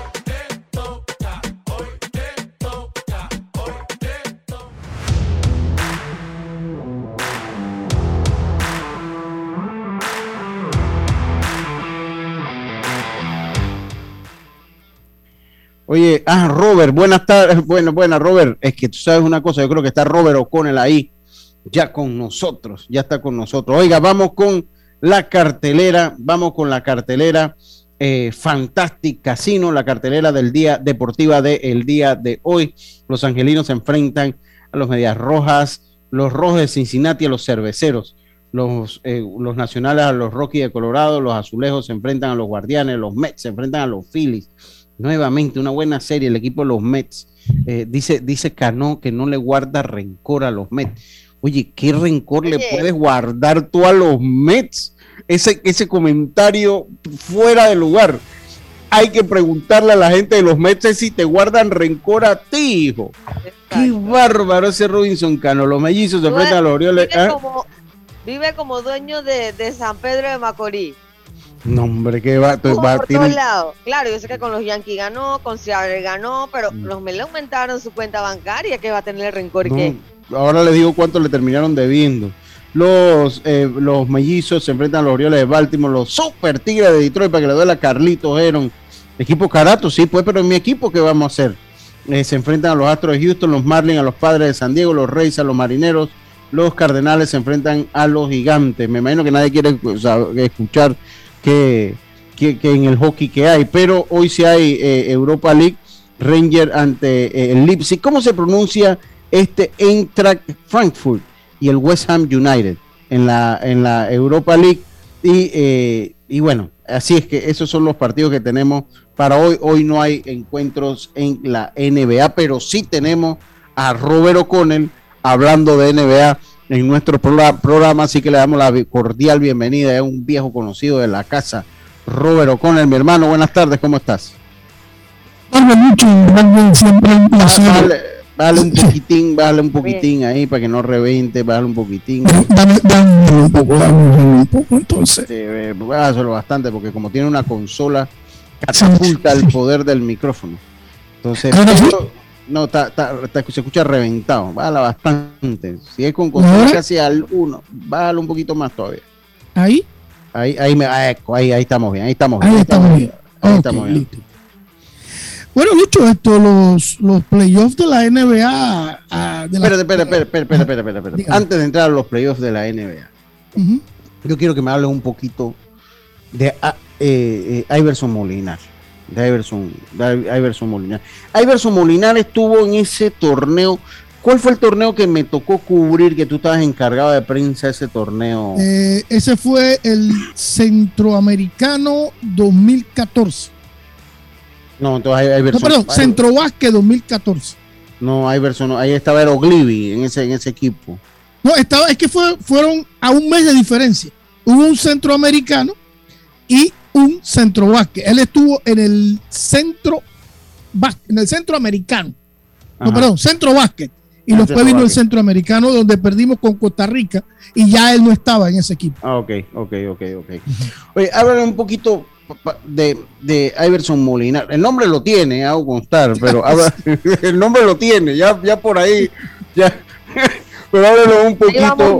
Oye, ah, Robert, buenas tardes. Bueno, buenas, Robert. Es que tú sabes una cosa, yo creo que está Robert O'Connell ahí, ya con nosotros, ya está con nosotros. Oiga, vamos con la cartelera, vamos con la cartelera eh, Fantastic Casino, la cartelera del día deportiva del día de hoy. Los angelinos se enfrentan a los Medias Rojas, los Rojos de Cincinnati a los Cerveceros, los, eh, los Nacionales a los Rockies de Colorado, los Azulejos se enfrentan a los Guardianes, los Mets se enfrentan a los Phillies. Nuevamente, una buena serie, el equipo de los Mets. Eh, dice, dice Cano que no le guarda rencor a los Mets. Oye, ¿qué rencor Oye. le puedes guardar tú a los Mets? Ese, ese comentario fuera de lugar. Hay que preguntarle a la gente de los Mets si te guardan rencor a ti, hijo. Exacto. Qué bárbaro ese Robinson Cano. Los mellizos se enfrentan a los Orioles. Vive, ¿eh? como, vive como dueño de, de San Pedro de Macorís. No, hombre, que va, Por va todos tiene... lados. Claro, yo sé que con los Yankees ganó, con Seattle ganó, pero mm. los Mets le aumentaron su cuenta bancaria, que va a tener el rencor no, que... Ahora les digo cuánto le terminaron debiendo. Los, eh, los mellizos se enfrentan a los Orioles de Baltimore, los Super Tigres de Detroit, para que le duela a Carlitos Heron. Equipo carato, sí, pues, pero en mi equipo, ¿qué vamos a hacer? Eh, se enfrentan a los Astros de Houston, los Marlins a los Padres de San Diego, los Rays a los Marineros, los Cardenales se enfrentan a los Gigantes. Me imagino que nadie quiere, o sea, escuchar que, que, que en el hockey que hay, pero hoy sí hay eh, Europa League, Ranger ante eh, el Leipzig. ¿Cómo se pronuncia este Eintracht Frankfurt y el West Ham United en la, en la Europa League? Y, eh, y bueno, así es que esos son los partidos que tenemos para hoy. Hoy no hay encuentros en la N B A, pero sí tenemos a Robert O'Connell hablando de N B A en nuestro programa, así que le damos la cordial bienvenida. Es un viejo conocido de la casa, Robert O'Connell. Mi hermano, buenas tardes, ¿cómo estás? Vale, mucho, vale, siempre un placer. Vale, vale un poquitín, vale un poquitín ahí para que no reviente, vale un poquitín. Dame, dame un poco, dame un poco, entonces. Sí, eh, voy a hacerlo bastante porque como tiene una consola, catapulta el poder del micrófono. Entonces, esto, no, ta, ta, ta, se escucha reventado, bájala bastante. Si es con consola casi al uno, bájalo un poquito más todavía. ¿Ahí? Ahí, ahí, me, ahí, ahí, ahí estamos bien, ahí estamos bien. Ahí estamos bien. Ahí okay, estamos bien. Listo. Bueno, Lucho, esto, los, los playoffs de la N B A. Uh, de la... Espera, espera, espera, espera, espera, espera, espera, espera, espera. Antes de entrar a los playoffs de la N B A, uh-huh. yo quiero que me hables un poquito de uh, eh, eh, Iverson Molinar. De Iverson, de Iverson Molinar. Iverson Molinar estuvo en ese torneo. ¿Cuál fue el torneo que me tocó cubrir, que tú estabas encargado de prensa ese torneo? Eh, ese fue el Centroamericano dos mil catorce. No, entonces Iverson. No, perdón, Centrobásquet dos mil catorce. No, Iverson, no, ahí estaba Eroglivi en ese, en ese equipo. No, estaba, es que fue, fueron a un mes de diferencia. Hubo un centroamericano y un Centrobásquet. Él estuvo en el centro en el centroamericano. No, Ajá. perdón, Centrobásquet. Y ah, después vino el centroamericano donde perdimos con Costa Rica y ya él no estaba en ese equipo. Ah, ok, ok, ok, ok. Oye, háblame un poquito de, de Iverson Molinar. El nombre lo tiene, hago constar, pero habla, el nombre lo tiene, ya, ya por ahí, ya, pero háblalo un poquito.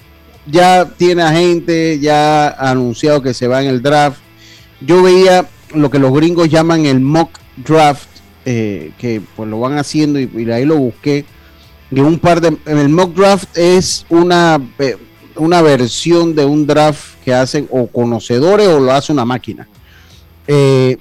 Ya tiene agente, ya ha anunciado que se va en el draft. Yo veía lo que los gringos llaman el mock draft, eh, que pues lo van haciendo y, y ahí lo busqué. De un par de, el mock draft es una, eh, una versión de un draft que hacen o conocedores o lo hace una máquina. Eh,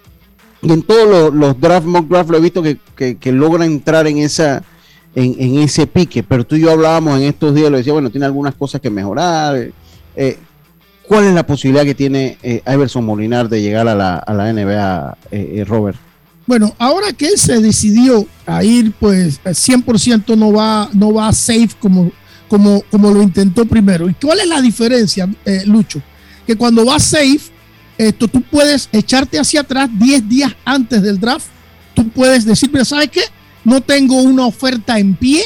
y en todos los, los draft, mock draft lo he visto que, que, que logra entrar en esa en, en ese pique, pero tú y yo hablábamos en estos días, lo decía, bueno, tiene algunas cosas que mejorar. Eh, ¿Cuál es la posibilidad que tiene eh, Iverson Molinar de llegar a la, a la N B A, eh, eh, Robert? Bueno, ahora que él se decidió a ir, pues cien por ciento no va, no va a safe como, como, como lo intentó primero. ¿Y cuál es la diferencia, eh, Lucho? Que cuando va safe, esto, tú puedes echarte hacia atrás diez días antes del draft. Tú puedes decir, pero ¿sabes qué? No tengo una oferta en pie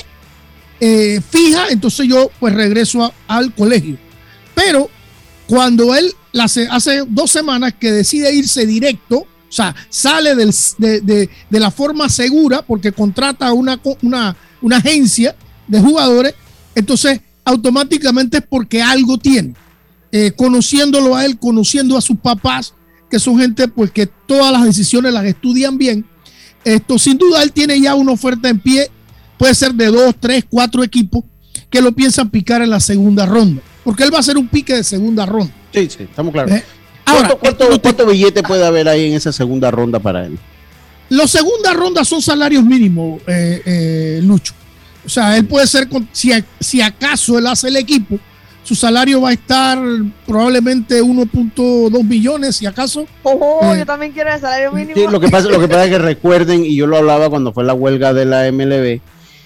eh, fija, entonces yo pues regreso a, al colegio. Pero cuando él hace, hace dos semanas que decide irse directo, o sea, sale del, de, de, de la forma segura porque contrata una, una, una agencia de jugadores, entonces automáticamente es porque algo tiene. Eh, conociéndolo a él, conociendo a sus papás, que son gente pues que todas las decisiones las estudian bien. Esto sin duda él tiene ya una oferta en pie, puede ser de dos, tres, cuatro equipos que lo piensan picar en la segunda ronda, porque él va a ser un pique de segunda ronda. Sí, sí, estamos claros. ¿Eh? Ahora, ¿Cuánto, cuánto, ¿Cuánto billete puede haber ahí en esa segunda ronda para él? Los segundas rondas son salarios mínimos, eh, eh, Lucho. O sea, él puede ser, si, si acaso él hace el equipo, su salario va a estar probablemente uno punto dos millones, si acaso. Oh, eh, yo también quiero el salario mínimo. Sí, lo que pasa, lo que pasa es que recuerden, y yo lo hablaba cuando fue la huelga de la M L B,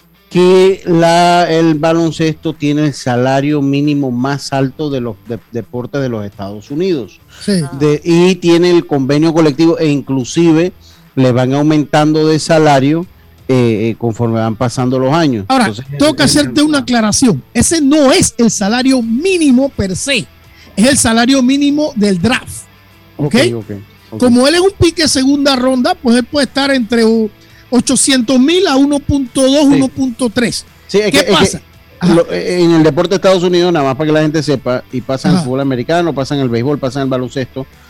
que la, el baloncesto tiene el salario mínimo más alto de los de, deportes de los Estados Unidos. Sí. De, y tiene el convenio colectivo e inclusive le van aumentando de salario eh, eh, conforme van pasando los años. Ahora, Entonces, tengo que el, hacerte el, una aclaración. Ese no es el salario mínimo per se, es el salario mínimo del draft. ¿Ok? Okay, okay, okay. Como él es un pique segunda ronda, pues él puede estar entre ochocientos mil a uno punto dos, sí. uno punto tres. Sí, ¿Qué que, pasa? Que lo, en el deporte de Estados Unidos, nada más para que la gente sepa, y pasa en el fútbol americano, pasa en el béisbol, pasa en el baloncesto,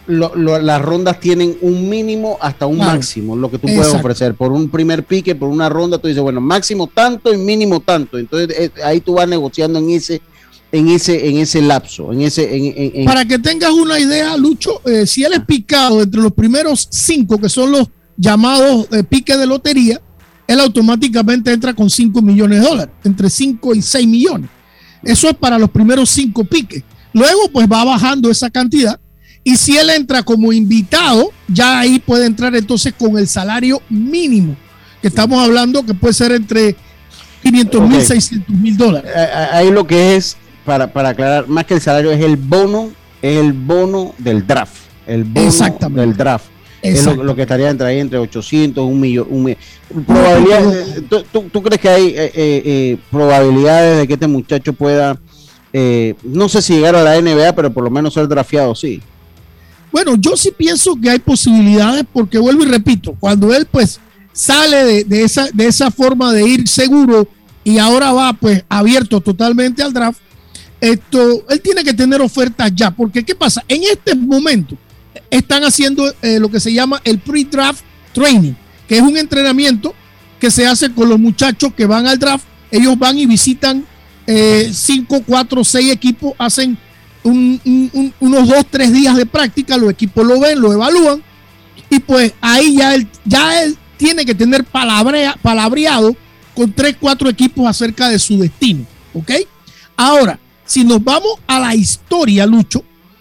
lo, lo, las rondas tienen un mínimo hasta un claro. máximo, lo que tú puedes Exacto. ofrecer. Por un primer pique, por una ronda, tú dices, bueno, máximo tanto y mínimo tanto. Entonces eh, ahí tú vas negociando en ese, en ese, en ese lapso. En ese, en, en, en... Para que tengas una idea, Lucho, eh, si él es picado entre los primeros cinco, que son los llamados eh, piques de lotería, él automáticamente entra con cinco millones de dólares, entre cinco y seis millones. Eso es para los primeros cinco piques. Luego, pues va bajando esa cantidad. Y si él entra como invitado, ya ahí puede entrar entonces con el salario mínimo, que estamos hablando que puede ser entre quinientos mil, okay. seiscientos mil dólares. Ahí lo que es, para, para aclarar, más que el salario, es el bono, es el bono del draft. El bono del draft. Es lo, lo que estaría entre ahí, entre ochocientos, un millón. Un millón. Probabilidades, ¿tú, tú, ¿Tú crees que hay eh, eh, probabilidades de que este muchacho pueda, eh, no sé si llegar a la N B A, pero por lo menos ser drafteado, sí? Bueno, yo sí pienso que hay posibilidades, porque vuelvo y repito, cuando él pues sale de, de, esa, de esa forma de ir seguro y ahora va pues abierto totalmente al draft, esto, él tiene que tener ofertas ya, porque ¿qué pasa? En este momento están haciendo eh, lo que se llama el pre-draft training, que es un entrenamiento que se hace con los muchachos que van al draft. Ellos van y visitan eh, cinco, cuatro, seis equipos, hacen un, un, un, unos dos, tres días de práctica, los equipos lo ven, lo evalúan, y pues ahí ya él, ya él tiene que tener palabrea, palabreado con tres, cuatro equipos acerca de su destino, ¿ok? Ahora, si nos vamos a la historia, Lucho,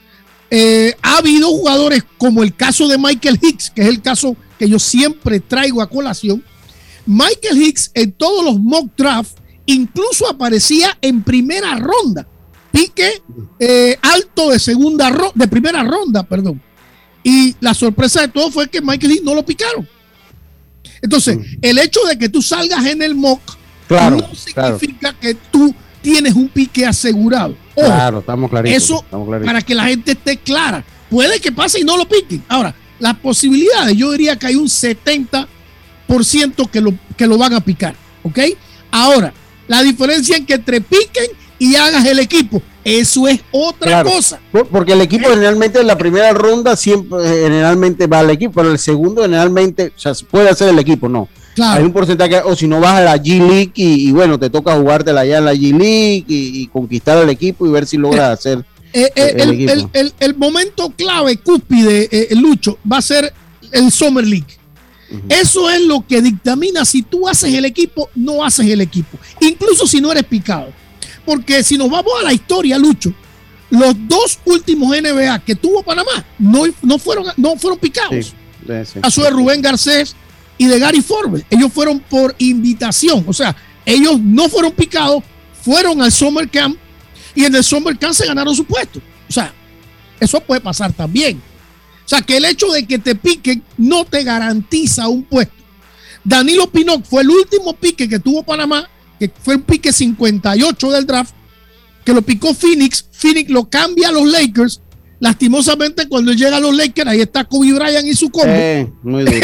Eh, ha habido jugadores como el caso de Michael Hicks, que es el caso que yo siempre traigo a colación. Michael Hicks en todos los mock drafts incluso aparecía en primera ronda, pique eh, alto de segunda ronda, de primera ronda, perdón. Y la sorpresa de todo fue que Michael Hicks no lo picaron. Entonces, el hecho de que tú salgas en el mock claro, no significa claro. que tú tienes un pique asegurado. Ojo, claro, estamos claritos. Eso estamos claritos. Para que la gente esté clara. Puede que pase y no lo piquen. Ahora, las posibilidades, yo diría que hay un setenta por ciento que lo, que lo van a picar. ¿Ok? Ahora, la diferencia en que te piquen y hagas el equipo, eso es otra claro, cosa. Porque el equipo generalmente en la primera ronda siempre generalmente va al equipo, pero el segundo generalmente, o sea, puede hacer el equipo, no. Claro. Hay un porcentaje, o si no vas a la G League y, y bueno, te toca jugártela allá en la G League y, y conquistar al equipo y ver si logras hacer eh, eh, el, el, el, el, el momento clave, cúspide, eh, Lucho, va a ser el Summer League. Uh-huh. Eso es lo que dictamina si tú haces el equipo, no haces el equipo, incluso si no eres picado. Porque si nos vamos a la historia, Lucho, los dos últimos N B A que tuvo Panamá no, no, fueron, no fueron picados. Sí, sí. Caso de Rubén Garcés y de Gary Forbes. Ellos fueron por invitación. O sea, ellos no fueron picados, fueron al Summer Camp y en el Summer Camp se ganaron su puesto. O sea, eso puede pasar también. O sea, que el hecho de que te piquen no te garantiza un puesto. Danilo Pinnock fue el último pique que tuvo Panamá, que fue un pique cincuenta y ocho del draft, que lo picó Phoenix. Phoenix lo cambia a los Lakers. Lastimosamente, cuando él llega a los Lakers, ahí está Kobe Bryant y su combo. Eh, muy duro.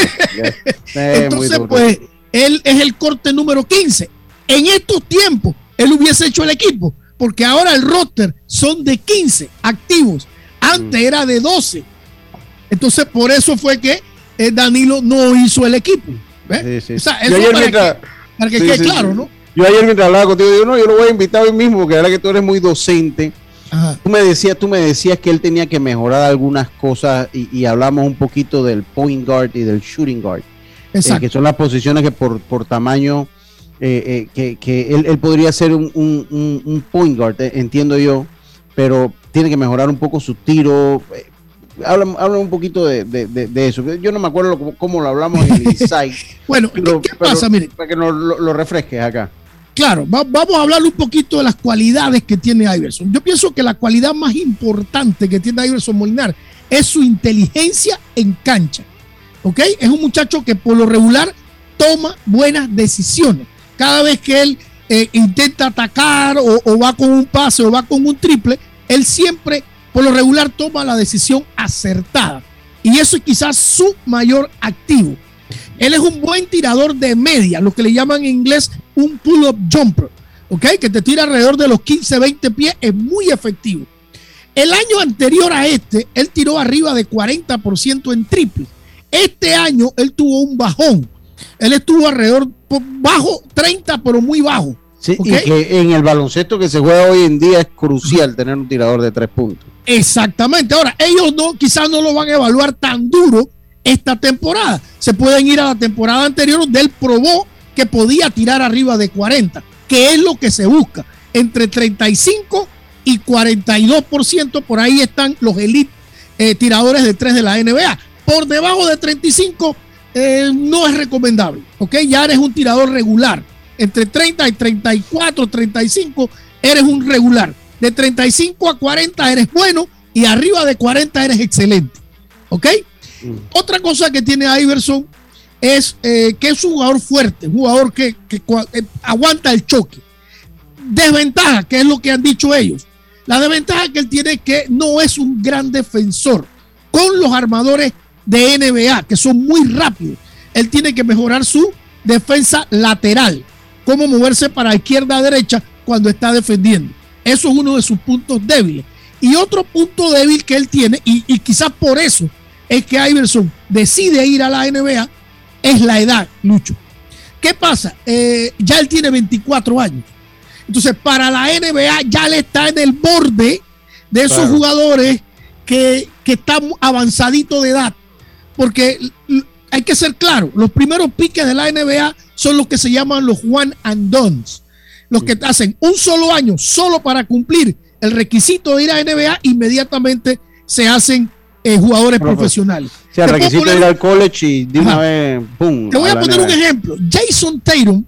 eh, Entonces, muy duro. Pues, él es el corte número quince. En estos tiempos, él hubiese hecho el equipo, porque ahora el roster son de quince activos. Antes mm. era de doce. Entonces, por eso fue que eh, Danilo no hizo el equipo. ¿Ves? Sí, sí. O sea, eso para, mientras, que, para que sí, quede sí, claro, sí. ¿no? Yo ayer mientras hablaba contigo, digo, no, yo lo voy a invitar hoy mismo, porque ahora que tú eres muy docente. Ajá. Tú me decías, tú me decías que él tenía que mejorar algunas cosas y, y hablamos un poquito del point guard y del shooting guard, eh, que son las posiciones que por, por tamaño eh, eh, que, que él, él podría ser un, un, un point guard, eh, entiendo yo, pero tiene que mejorar un poco su tiro. Eh, habla, habla un poquito de, de, de, de eso. Yo no me acuerdo cómo, cómo lo hablamos en el Insight. Bueno, pero, ¿qué pasa? Mire, para que nos lo, lo refresques acá. Claro, va, vamos a hablar un poquito de las cualidades que tiene Iverson. Yo pienso que la cualidad más importante que tiene Iverson Molinar es su inteligencia en cancha. ¿Ok? Es un muchacho que por lo regular toma buenas decisiones. Cada vez que él eh, intenta atacar o, o va con un pase o va con un triple, él siempre por lo regular toma la decisión acertada. Y eso es quizás su mayor activo. Él es un buen tirador de media, lo que le llaman en inglés un pull-up jumper, ¿ok? Que te tira alrededor de los quince, veinte pies, es muy efectivo. El año anterior a este, él tiró arriba de cuarenta por ciento en triple. Este año, él tuvo un bajón. Él estuvo alrededor, bajo treinta, pero muy bajo. Sí, ¿okay? Y que en el baloncesto que se juega hoy en día es crucial tener un tirador de tres puntos. Exactamente. Ahora, ellos no, quizás no lo van a evaluar tan duro esta temporada. Se pueden ir a la temporada anterior donde él probó que podía tirar arriba de cuarenta, que es lo que se busca. Entre treinta y cinco y cuarenta y dos por ciento, por ahí están los elite eh, tiradores de tres de la N B A. Por debajo de treinta y cinco eh, no es recomendable, ¿ok? Ya eres un tirador regular. Entre treinta y treinta y cuatro, treinta y cinco eres un regular. De treinta y cinco a cuarenta eres bueno y arriba de cuarenta eres excelente, ¿ok? Mm. Otra cosa que tiene Iverson es eh, que es un jugador fuerte, un jugador que, que eh, aguanta el choque. Desventaja, que es lo que han dicho ellos. La desventaja que él tiene es que no es un gran defensor con los armadores de N B A, que son muy rápidos. Él tiene que mejorar su defensa lateral, cómo moverse para izquierda a derecha cuando está defendiendo. Eso es uno de sus puntos débiles. Y otro punto débil que él tiene, y, y quizás por eso es que Iverson decide ir a la N B A, es la edad, Lucho. ¿Qué pasa? Eh, ya él tiene veinticuatro años. Entonces, para la N B A ya le está en el borde de esos claro. jugadores que, que están avanzaditos de edad. Porque hay que ser claro, los primeros piques de la N B A son los que se llaman los one and dones. Los que hacen un solo año solo para cumplir el requisito de ir a N B A, inmediatamente se hacen eh, jugadores Profe. profesionales. O sea, el requisito poner, de ir al college y de una vez, ¡pum! Te voy a, a poner N B A. Un ejemplo. Jason Tatum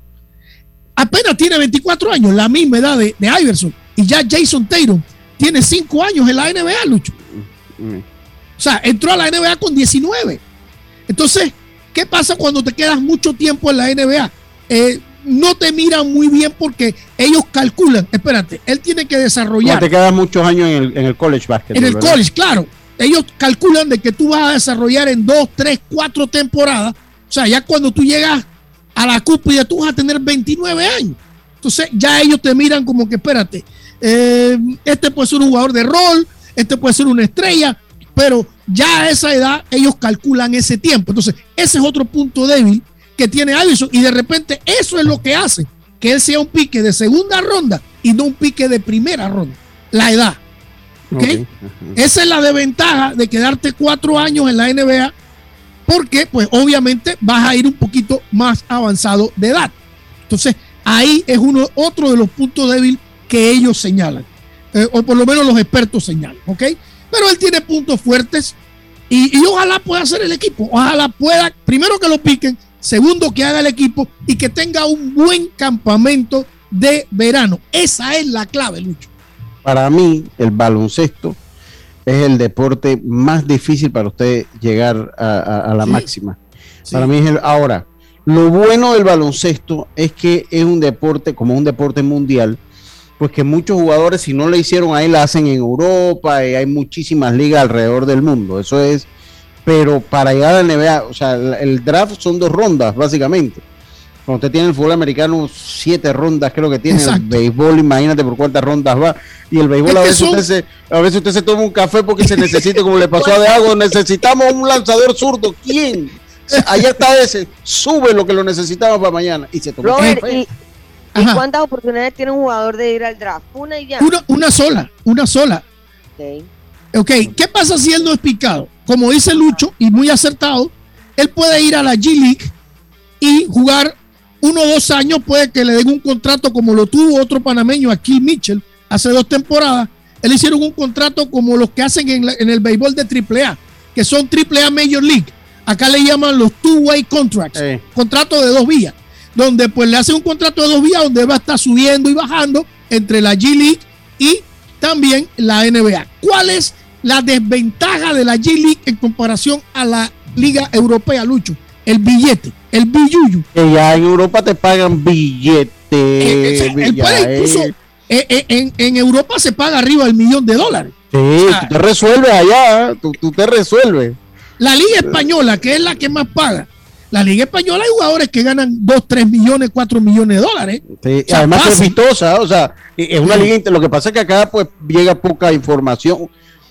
apenas tiene veinticuatro años, la misma edad de, de Iverson. Y ya Jason Tatum tiene cinco años en la N B A, Lucho. Mm. O sea, entró a la N B A con diecinueve. Entonces, ¿qué pasa cuando te quedas mucho tiempo en la N B A? Eh, no te miran muy bien porque ellos calculan, espérate, él tiene que desarrollar. No te quedas muchos años en el, en el college basketball. En el ¿verdad? college, claro. Ellos calculan de que tú vas a desarrollar en dos, tres, cuatro temporadas. O sea, ya cuando tú llegas a la cúspide, tú vas a tener veintinueve años. Entonces, ya ellos te miran como que, espérate, eh, este puede ser un jugador de rol, este puede ser una estrella, pero ya a esa edad ellos calculan ese tiempo. Entonces, ese es otro punto débil que tiene Iverson, y de repente eso es lo que hace que él sea un pique de segunda ronda y no un pique de primera ronda, la edad. ¿Okay? Okay. Esa es la desventaja de quedarte cuatro años en la N B A, porque pues obviamente vas a ir un poquito más avanzado de edad. Entonces ahí es uno otro de los puntos débiles que ellos señalan, eh, o por lo menos los expertos señalan, ¿ok? Pero él tiene puntos fuertes y, y ojalá pueda hacer el equipo, ojalá pueda, primero que lo piquen, segundo que haga el equipo y que tenga un buen campamento de verano. Esa es la clave, Lucho. Para mí, el baloncesto es el deporte más difícil para usted llegar a, a, a la sí. máxima. Sí. Para mí es el, ahora, lo bueno del baloncesto es que es un deporte, como un deporte mundial, pues que muchos jugadores, si no lo hicieron ahí, la hacen en Europa, y hay muchísimas ligas alrededor del mundo. Eso es, pero para llegar a la N B A, o sea, el, el draft son dos rondas, básicamente. Cuando usted tiene el fútbol americano, siete rondas creo que tiene. Exacto. El béisbol, imagínate por cuántas rondas va. Y el béisbol, a veces, son... usted se, a veces usted se toma un café porque se necesita, como le pasó a Deago, necesitamos un lanzador zurdo. ¿Quién? O sea, allá está ese, sube lo que lo necesitamos para mañana. Y se toma Robert, café. ¿Y, ¿y cuántas oportunidades tiene un jugador de ir al draft? Una y ya. Una, una sola, una sola. Ok. Ok, ¿qué pasa si él no es picado? Como dice Lucho, y muy acertado, él puede ir a la G League y jugar uno o dos años, puede que le den un contrato como lo tuvo otro panameño, aquí Mitchell, hace dos temporadas. Él hicieron un contrato como los que hacen en, la, en el béisbol de triple A, que son triple A Major League. Acá le llaman los two-way contracts, eh. contratos de dos vías, donde pues le hacen un contrato de dos vías donde va a estar subiendo y bajando entre la G League y también la N B A. ¿Cuál es la desventaja de la G League en comparación a la Liga Europea, Lucho? El billete, el billuyu. Que ya en Europa te pagan billete. Eh, eh, el puede incluso, eh, eh, en, en Europa se paga arriba del millón de dólares. Sí, o sea, tú te resuelves allá, tú, tú te resuelves. La Liga Española, que es la que más paga, La Liga Española hay jugadores que ganan dos, tres millones, cuatro millones de dólares. Sí, o sea, además fácil. es vistosa, o sea, es una Sí. liga, lo que pasa es que acá pues llega poca información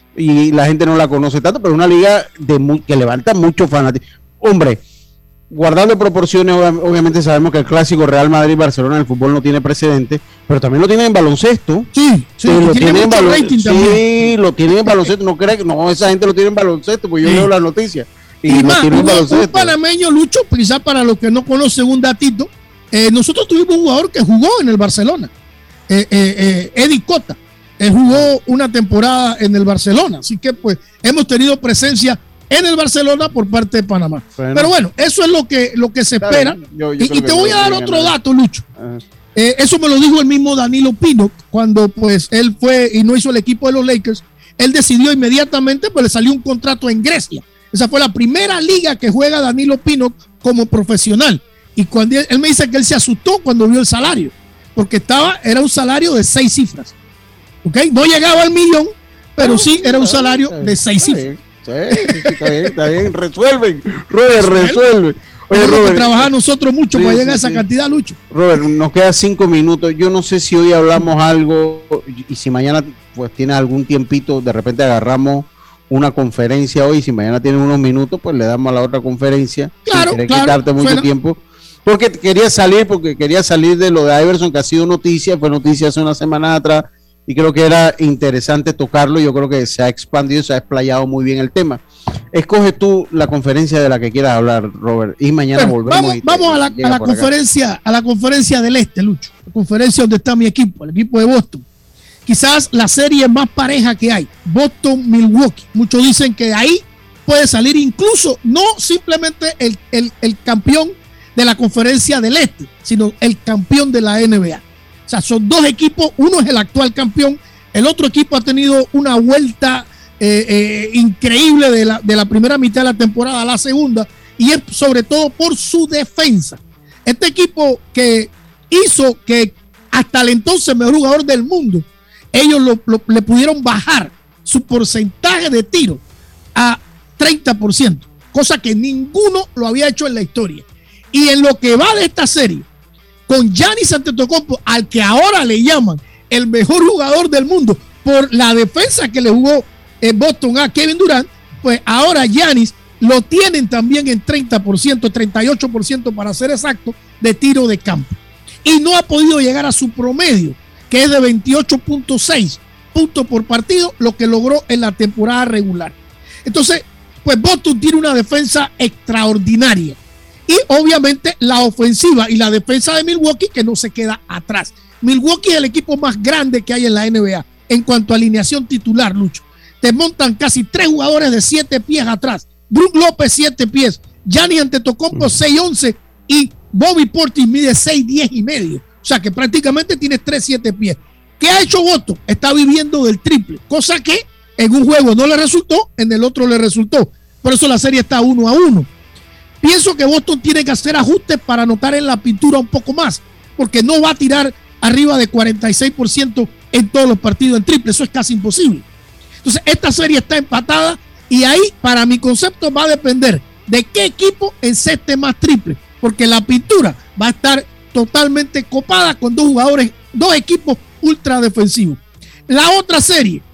y la gente no la conoce tanto, pero es una liga de mu- que levanta muchos fanáticos. Hombre, guardando proporciones, obvia- obviamente sabemos que el clásico Real Madrid-Barcelona en el fútbol no tiene precedente, pero también lo tienen en baloncesto. Sí, sí, Sí, lo tiene tienen en mucho balon- rating sí, también. lo tienen en baloncesto. No crean que no, esa gente lo tiene en baloncesto, pues yo Sí. leo las noticias. Y, Y lo más, tienen en hubo un baloncesto. panameño, Lucho, quizás para los que no conocen un datito, eh, nosotros tuvimos un jugador que jugó en el Barcelona, eh, eh, eh, Eddie Cota. Él jugó una temporada en el Barcelona, así que pues hemos tenido presencia en el Barcelona por parte de Panamá. Bueno. Pero bueno, eso es lo que, lo que se Está espera. bien, yo- yo y creo y que te voy no a dar tienen otro nada. dato, Lucho. Ajá. Eh, eso me lo dijo el mismo Danilo Pinnock cuando pues él fue y no hizo el equipo de los Lakers. Él decidió inmediatamente, pues le salió un contrato en Grecia. Esa fue la primera liga que juega Danilo Pinnock como profesional. Y cuando él, él me dice que él se asustó cuando vio el salario, porque estaba, era un salario de seis cifras. ¿Ok? No llegaba al millón, pero sí era un salario de seis cifras. Sí, sí, sí, está bien, está bien. Resuelven, Robert, resuelve. Oye, Tenemos que Robert, trabajar nosotros mucho sí, para sí, llegar a esa sí. cantidad, Lucho. Robert, nos quedan cinco minutos. Yo no sé si hoy hablamos algo y si mañana pues tienes algún tiempito, de repente agarramos una conferencia hoy. Si mañana tienes unos minutos, pues le damos a la otra conferencia. Claro, sin querer claro, quitarte mucho suena. tiempo. Porque quería salir, porque quería salir de lo de Iverson, que ha sido noticia, fue noticia hace una semana atrás, y creo que era interesante tocarlo. Yo creo que se ha expandido, se ha explayado muy bien el tema. Escoge tú la conferencia de la que quieras hablar, Robert, y mañana Bueno, volvemos. vamos y te- vamos a la, llega a la por acá. conferencia, a la conferencia del Este, Lucho. La conferencia donde está mi equipo, el equipo de Boston. Quizás la serie más pareja que hay, Boston-Milwaukee. Muchos dicen que ahí puede salir incluso no simplemente el, el, el campeón de la conferencia del Este, sino el campeón de la N B A. O sea, son dos equipos, uno es el actual campeón, el otro equipo ha tenido una vuelta eh, eh, increíble de la, de la primera mitad de la temporada a la segunda, y es sobre todo por su defensa. Este equipo que hizo que hasta el entonces mejor jugador del mundo, ellos lo, lo- le pudieron bajar su porcentaje de tiro a treinta por ciento, cosa que ninguno lo había hecho en la historia. Y en lo que va de esta serie, con Giannis Antetokounmpo, al que ahora le llaman el mejor jugador del mundo por la defensa que le jugó en Boston a Kevin Durant, pues ahora Giannis lo tienen también en treinta por ciento, treinta y ocho por ciento para ser exacto, de tiro de campo. Y no ha podido llegar a su promedio, que es de veintiocho punto seis puntos por partido, lo que logró en la temporada regular. Entonces, pues Boston tiene una defensa extraordinaria. Y obviamente la ofensiva y la defensa de Milwaukee, que no se queda atrás. Milwaukee es el equipo más grande que hay en la N B A en cuanto a alineación titular, Lucho. Te montan casi tres jugadores de siete pies atrás. Brook López, siete pies. Giannis Antetokounmpo, seis once. Y Bobby Portis mide seis diez y medio. O sea que prácticamente tienes tres siete pies. ¿Qué ha hecho Boston? Está viviendo del triple. Cosa que en un juego no le resultó, en el otro le resultó. Por eso la serie está uno a uno. Pienso que Boston tiene que hacer ajustes para anotar en la pintura un poco más, porque no va a tirar arriba de cuarenta y seis por ciento en todos los partidos en triple. Eso es casi imposible. Entonces, esta serie está empatada y ahí, para mi concepto, va a depender de qué equipo enceste más triple, porque la pintura va a estar totalmente copada con dos jugadores, dos equipos ultra defensivos. La otra serie,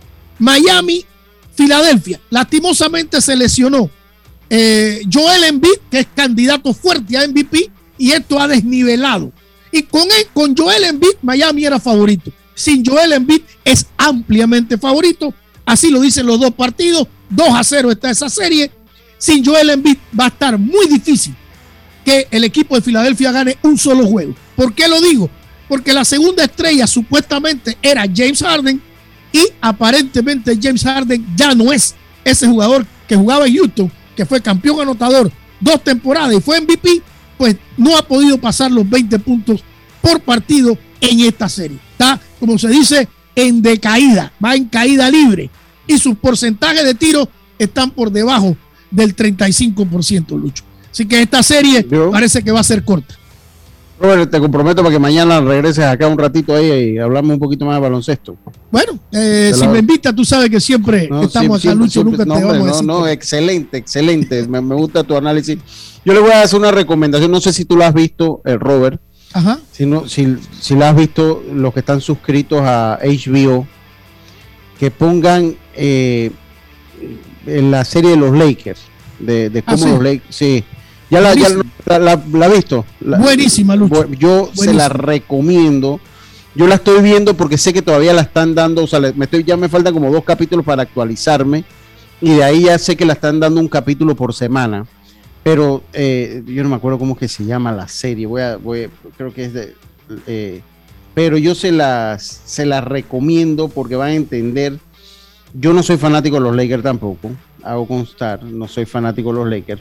Miami-Filadelfia, lastimosamente se lesionó eh, Joel Embiid, que es candidato fuerte a M V P, y esto ha desnivelado. Y con, él, con Joel Embiid, Miami era favorito. Sin Joel Embiid es ampliamente favorito. Así lo dicen los dos partidos. dos a cero está esa serie. Sin Joel Embiid va a estar muy difícil que el equipo de Filadelfia gane un solo juego. ¿Por qué lo digo? Porque la segunda estrella supuestamente era James Harden, y aparentemente James Harden ya no es ese jugador que jugaba en Houston, que fue campeón anotador dos temporadas y fue M V P. Pues no ha podido pasar los veinte puntos por partido en esta serie. Está, como se dice, en decaída, va en caída libre, y sus porcentajes de tiro están por debajo del treinta y cinco por ciento, Lucho. Así que esta serie Yo. parece que va a ser corta. Robert, te comprometo para que mañana regreses acá un ratito ahí y hablamos un poquito más de baloncesto. Bueno, eh, si la... me invitas, tú sabes que siempre no, estamos siempre, acá, Lucho, siempre, nunca no, te hombre, vamos a decir. No, no, que... excelente, excelente. me, me gusta tu análisis. Yo le voy a hacer una recomendación, no sé si tú la has visto, eh, Robert. Ajá. Si, no, si, si la has visto, los que están suscritos a H B O, que pongan eh, en la serie de los Lakers, de, de cómo ah, ¿sí? los Lakers, sí. ¿Ya la, ya la, la, la ha visto? La, Buenísima, Lucho. Yo Buenísima. Se la recomiendo. Yo la estoy viendo porque sé que todavía la están dando, o sea, me estoy, ya me faltan como dos capítulos para actualizarme, y de ahí ya sé que la están dando un capítulo por semana, pero eh, yo no me acuerdo cómo es que se llama la serie, voy a, voy a, creo que es de, eh, pero yo se las, se las recomiendo porque van a entender. Yo no soy fanático de los Lakers tampoco, hago constar, no soy fanático de los Lakers.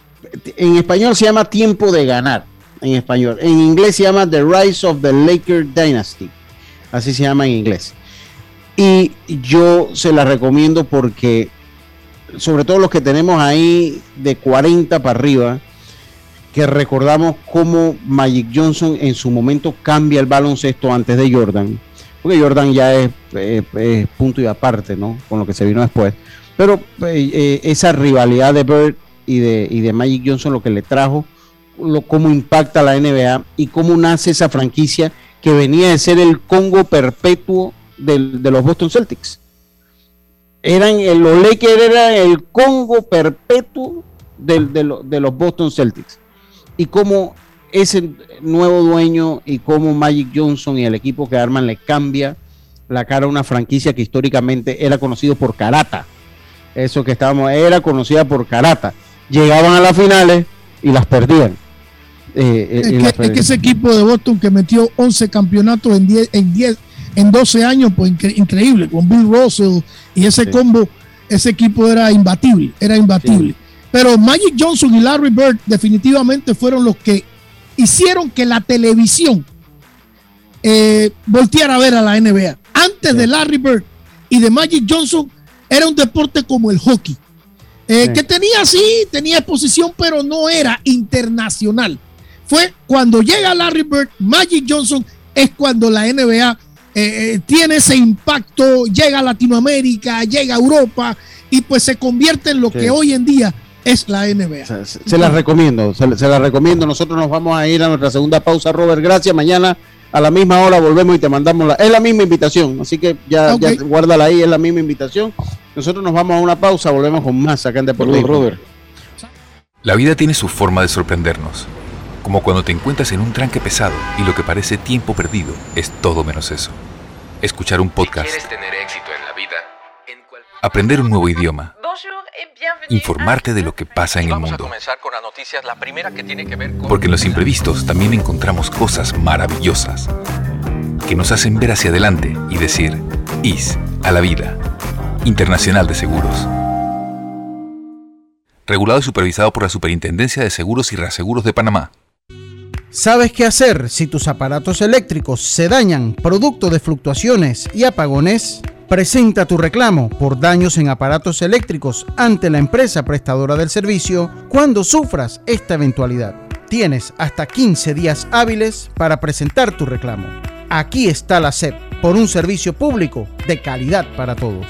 En español se llama Tiempo de Ganar, en español. En inglés se llama The Rise of the Laker Dynasty, así se llama en inglés. Y yo se la recomiendo porque, sobre todo los que tenemos ahí de cuarenta para arriba, que recordamos cómo Magic Johnson en su momento cambia el baloncesto antes de Jordan, porque Jordan ya es, es, es punto y aparte, ¿no? Con lo que se vino después. Pero eh, esa rivalidad de Bird y de, y de Magic Johnson, lo que le trajo, lo, cómo impacta la N B A y cómo nace esa franquicia que venía de ser el Congo perpetuo del, de los Boston Celtics. Eran los Lakers eran el Congo perpetuo del, de, lo, de los Boston Celtics, y cómo ese nuevo dueño y cómo Magic Johnson y el equipo que arman le cambia la cara a una franquicia que históricamente era conocido por Karata. Eso que estábamos, era conocida por Karata. Llegaban a las finales y las perdían. Eh, es, que, las es que ese equipo de Boston que metió once campeonatos en diez, en diez, en doce años, pues incre, increíble, con Bill Russell y ese sí. combo, ese equipo era imbatible, era imbatible. Sí. Pero Magic Johnson y Larry Bird definitivamente fueron los que hicieron que la televisión eh, volteara a ver a la N B A. Antes sí. de Larry Bird y de Magic Johnson, era un deporte como el hockey, eh, sí. que tenía sí, tenía exposición, pero no era internacional. Fue cuando llega Larry Bird, Magic Johnson, es cuando la N B A eh, tiene ese impacto, llega a Latinoamérica, llega a Europa, y pues se convierte en lo sí. que hoy en día es la N B A. Se, se, se la recomiendo, se, se la recomiendo. Nosotros nos vamos a ir a nuestra segunda pausa, Robert. Gracias. Mañana a la misma hora volvemos y te mandamos la, es la misma invitación, así que ya, okay. ya guárdala ahí, es la misma invitación. Nosotros nos vamos a una pausa, volvemos con más acá en Deportivo. Robert. La vida tiene su forma de sorprendernos, como cuando te encuentras en un tranque pesado y lo que parece tiempo perdido es todo menos eso. Escuchar un podcast, si quieres tener éxito en la vida, en cual... aprender un nuevo idioma, informarte de lo que pasa en el mundo. Vamos a comenzar con las noticias, la primera que tiene que ver con... Porque en los imprevistos también encontramos cosas maravillosas que nos hacen ver hacia adelante y decir I S a la vida. Internacional de Seguros. Regulado y supervisado por la Superintendencia de Seguros y Reaseguros de Panamá. ¿Sabes qué hacer si tus aparatos eléctricos se dañan producto de fluctuaciones y apagones? Presenta tu reclamo por daños en aparatos eléctricos ante la empresa prestadora del servicio cuando sufras esta eventualidad. Tienes hasta quince días hábiles para presentar tu reclamo. Aquí está la S E P, por un servicio público de calidad para todos.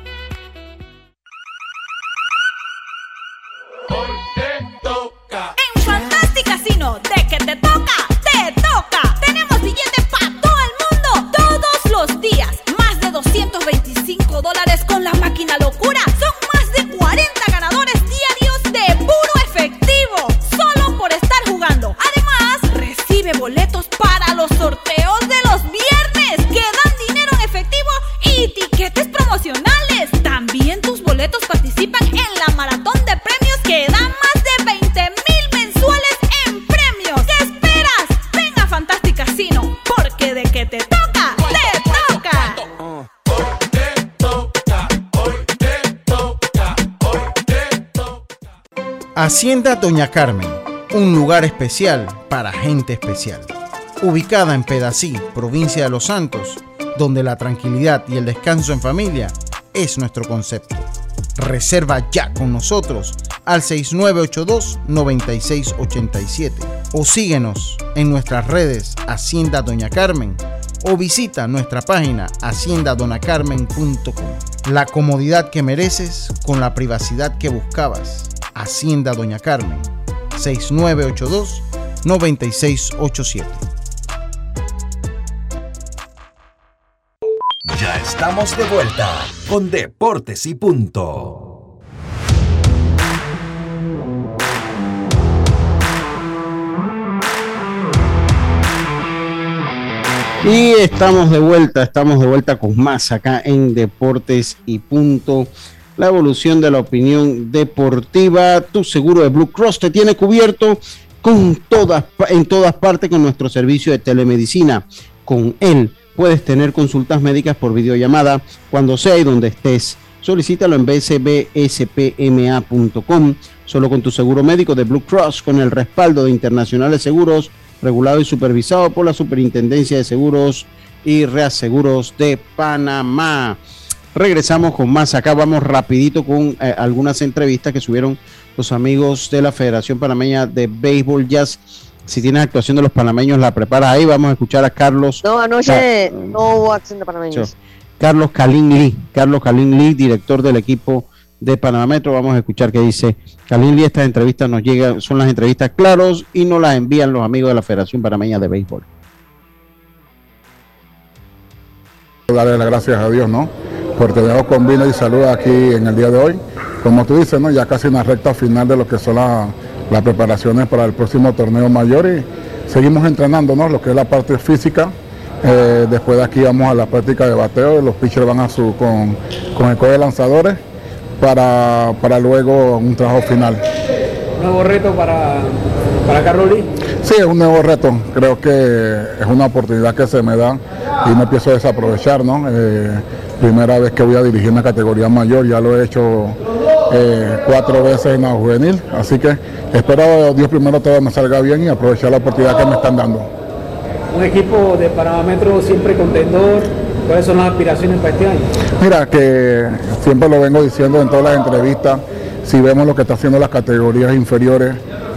En Fantastic Casino, de que te toca, te toca. Tenemos billetes para todo el mundo, todos los días. Más de doscientos veinticinco dólares con la máquina locura. Son más de cuarenta ganadores diarios de puro efectivo, solo por estar jugando. Además, recibe boletos para los sorteos de los viernes, que dan dinero en efectivo y tiquetes promocionales. También tus boletos participan en la maratón de premios que dan más de veinte mil mensuales en premios. ¿Qué esperas? Ven a Fantastic Casino, porque de que te toca, te toca. Hoy te toca, hoy te toca, hoy te toca. Hacienda Doña Carmen, un lugar especial para gente especial. Ubicada en Pedací, provincia de Los Santos, donde la tranquilidad y el descanso en familia es nuestro concepto. Reserva ya con nosotros al seis nueve ocho dos, nueve seis ocho siete. o síguenos en nuestras redes Hacienda Doña Carmen o visita nuestra página hacienda dona carmen punto com. La comodidad que mereces con la privacidad que buscabas. Hacienda Doña Carmen, seis nueve ocho dos, nueve seis ocho siete. Ya estamos de vuelta con Deportes y Punto. Y estamos de vuelta, estamos de vuelta con más acá en Deportes y Punto. La evolución de la opinión deportiva. Tu seguro de Blue Cross te tiene cubierto con todas, en todas partes con nuestro servicio de telemedicina. Con él puedes tener consultas médicas por videollamada cuando sea y donde estés. Solicítalo en b s b s p m a punto com. Solo con tu seguro médico de Blue Cross, con el respaldo de Internacionales Seguros, regulado y supervisado por la Superintendencia de Seguros y Reaseguros de Panamá. Regresamos con más. Acá vamos rapidito con eh, algunas entrevistas que subieron los amigos de la Federación Panameña de Béisbol. Jazz, si tienes actuación de los panameños, la preparas ahí. Vamos a escuchar a Carlos. No, anoche Car- no hubo acción de panameños. Sí. Carlos Calín Lee, Carlos Calín Lee, director del equipo de Panamá Metro. Vamos a escuchar qué dice Calín Lee. Estas entrevistas nos llegan, son las entrevistas claros y nos las envían los amigos de la Federación Panameña de Béisbol. Darle las gracias a Dios, ¿no? Por tenernos con vida y salud aquí en el día de hoy. Como tú dices, ¿no? Ya casi en la recta final de lo que son la, las preparaciones para el próximo torneo mayor y seguimos entrenando, ¿no? Lo que es la parte física. Eh, después de aquí vamos a la práctica de bateo. Los pitchers van a su con, con el coche de lanzadores para, para luego un trabajo final. ¿Nuevo reto para, para Carlos Lee? Sí, es un nuevo reto. Creo que es una oportunidad que se me da y no empiezo a desaprovechar, ¿no? Eh, primera vez que voy a dirigir una categoría mayor, ya lo he hecho eh, cuatro veces en la juvenil, así que espero Dios primero todo me salga bien y aprovechar la oportunidad que me están dando. Un equipo de Panamá Metro siempre contendor. ¿Cuáles son las aspiraciones para este año? Mira, que siempre lo vengo diciendo en todas las entrevistas, si vemos lo que está haciendo las categorías inferiores,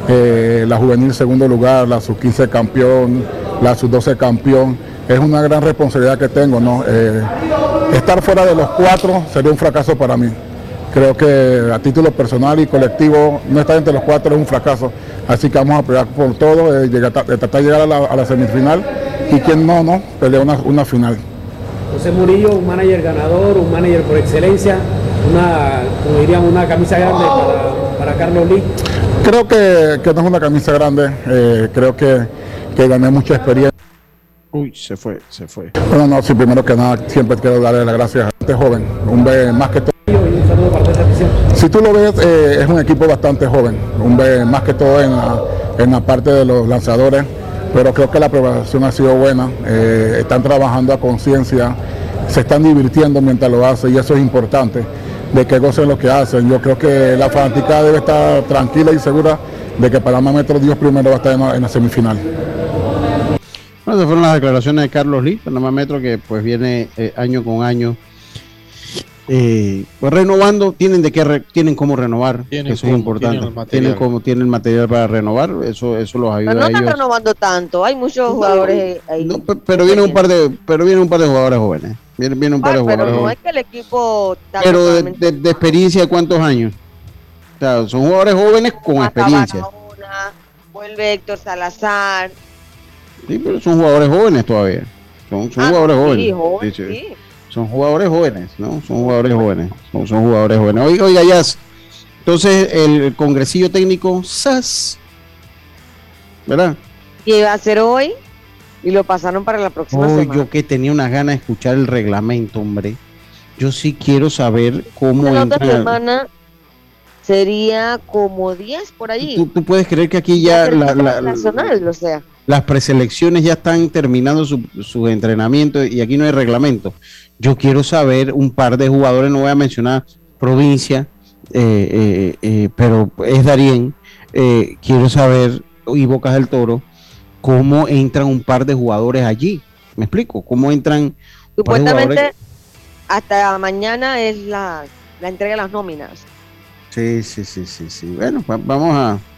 eh, la juvenil segundo lugar, la sub quince campeón, la sub doce campeón, es una gran responsabilidad que tengo, ¿no? Eh, estar fuera de los cuatro sería un fracaso para mí. Creo que a título personal y colectivo no estar entre los cuatro es un fracaso, así que vamos a pelear por todo, eh, llegar, de tratar de llegar a la, a la semifinal y quien no, no, pelea una, una final. José Murillo, un manager ganador, un manager por excelencia, una, como diríamos, una camisa grande para, para Carlos Lee. Creo que, que no es una camisa grande, eh, creo que, que gané mucha experiencia. Uy, se fue, se fue. Bueno, no, sí, primero que nada, siempre quiero darle las gracias a este joven, un B más que todo. Un saludo para esta afición. Si tú lo ves, eh, es un equipo bastante joven, un B más que todo en la, en la parte de los lanzadores, pero creo que la preparación ha sido buena, eh, están trabajando a conciencia, se están divirtiendo mientras lo hacen y eso es importante, de que gocen lo que hacen. Yo creo que la fanática debe estar tranquila y segura de que Panamá Metro Dios primero va a estar en la, en la semifinal. Bueno, esas fueron las declaraciones de Carlos Lee, Panamá Metro, que pues viene eh, año con año eh, pues renovando, tienen de qué re, tienen cómo renovar, tienen eso cómo, es importante, tienen, tienen como tienen material para renovar, eso eso los ayuda pero no a ellos. están renovando tanto, hay muchos jugadores ahí. No, pero viene un par de, pero viene un par de jugadores jóvenes, viene, viene un par de ah, jugadores pero no jóvenes. es que el equipo Pero de, de, de experiencia, ¿cuántos años? O sea, son jugadores jóvenes con experiencia. Barahona, vuelve Héctor Salazar. Sí, pero son jugadores jóvenes todavía. Son, son ah, jugadores sí, jóvenes. joven, Sí, sí. sí. Son jugadores jóvenes, ¿no? Son jugadores jóvenes. Son, son jugadores jóvenes. Oiga, oiga, Jazz. Entonces, el congresillo técnico, S A S, ¿verdad? Que iba a ser hoy y lo pasaron para la próxima Oh, semana. yo que tenía unas ganas de escuchar el reglamento, hombre. Yo sí quiero saber cómo la otra entra. semana sería como diez por allí. ¿Tú, tú puedes creer que aquí ya la, la, nacional, o sea. las preselecciones ya están terminando su, su entrenamiento y aquí no hay reglamento. Yo quiero saber un par de jugadores, no voy a mencionar provincia, eh, eh, eh, pero es Darién. Eh, quiero saber, y Bocas del Toro, cómo entran un par de jugadores allí. ¿Me explico? ¿Cómo entran? Supuestamente hasta mañana es la, la entrega de las nóminas. Sí, sí, sí, sí, sí. Bueno, va, vamos a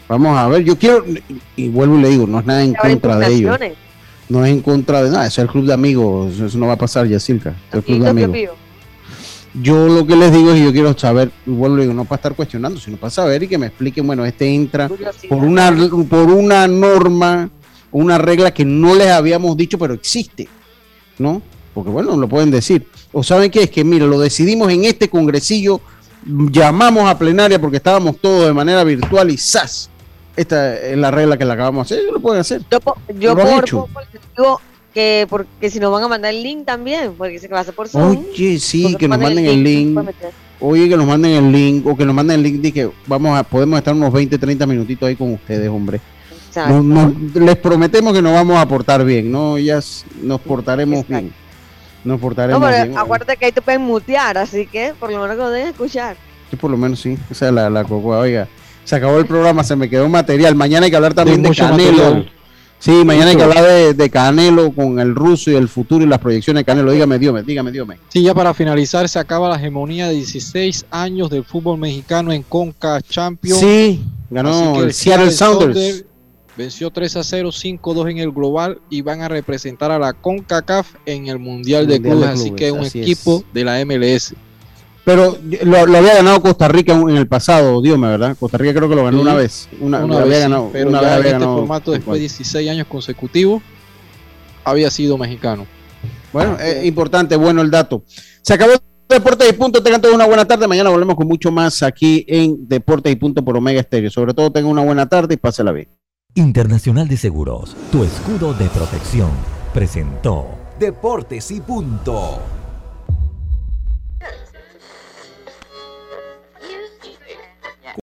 Vamos a ver, yo quiero, y vuelvo y le digo, no es nada en contra de ellos. No es en contra de nada, eso es el club de amigos, eso no va a pasar, Yacirca. Es el club de amigos. Yo lo que les digo es que yo quiero saber, y vuelvo y digo, no para estar cuestionando, sino para saber y que me expliquen, bueno, este entra por una, por una norma, una regla que no les habíamos dicho, pero existe, ¿no? Porque bueno, lo pueden decir. O saben qué es que, mira, lo decidimos en este congresillo, llamamos a plenaria porque estábamos todos de manera virtual y ¡zas! Esta es la regla que la acabamos de hacer, ellos lo pueden hacer. Yo, yo por, por, por digo que porque si nos van a mandar el link también, porque se va a hacer por Zoom. Oye, sí, que nos manden el link. link. Oye, que nos manden el link, o que nos manden el link de que vamos a, podemos estar unos veinte, treinta minutitos ahí con ustedes, hombre. Nos, nos, les prometemos que nos vamos a portar bien, ¿no? Ya nos portaremos Exacto. bien. Nos portaremos no, pero bien. Acuérdate que ahí te pueden mutear, así que por lo menos que lo dejen escuchar. Sí, por lo menos sí. O sea, la, la cocoa, oiga. Se acabó el programa, se me quedó material. Mañana hay que hablar también de, de Canelo. Material. Sí, mañana mucho. Hay que hablar de, de Canelo con el ruso y el futuro y las proyecciones de Canelo. Dígame, dígame, dígame, dígame. Sí, ya para finalizar, se acaba la hegemonía de dieciséis años del fútbol mexicano en Conca Champions. Sí, ganó el Seattle Sounders. Sounders. Venció tres a cero, cinco a dos en el global y van a representar a la CONCACAF en el Mundial, de, mundial clubes, de Clubes, así que es un equipo es. de la M L S. Pero lo, lo había ganado Costa Rica en el pasado, Dios me verdad. Costa Rica creo que lo ganó sí, una vez. Una, una vez, había ganado, sí, pero una ya vez en este ganado, formato, después de dieciséis años consecutivos, había sido mexicano. Bueno, es importante, bueno el dato. Se acabó Deportes y Punto. Tengan todos una buena tarde. Mañana volvemos con mucho más aquí en Deportes y Punto por Omega Estéreo. Sobre todo, tengan una buena tarde y pásela bien. Internacional de Seguros, tu escudo de protección, presentó Deportes y Punto.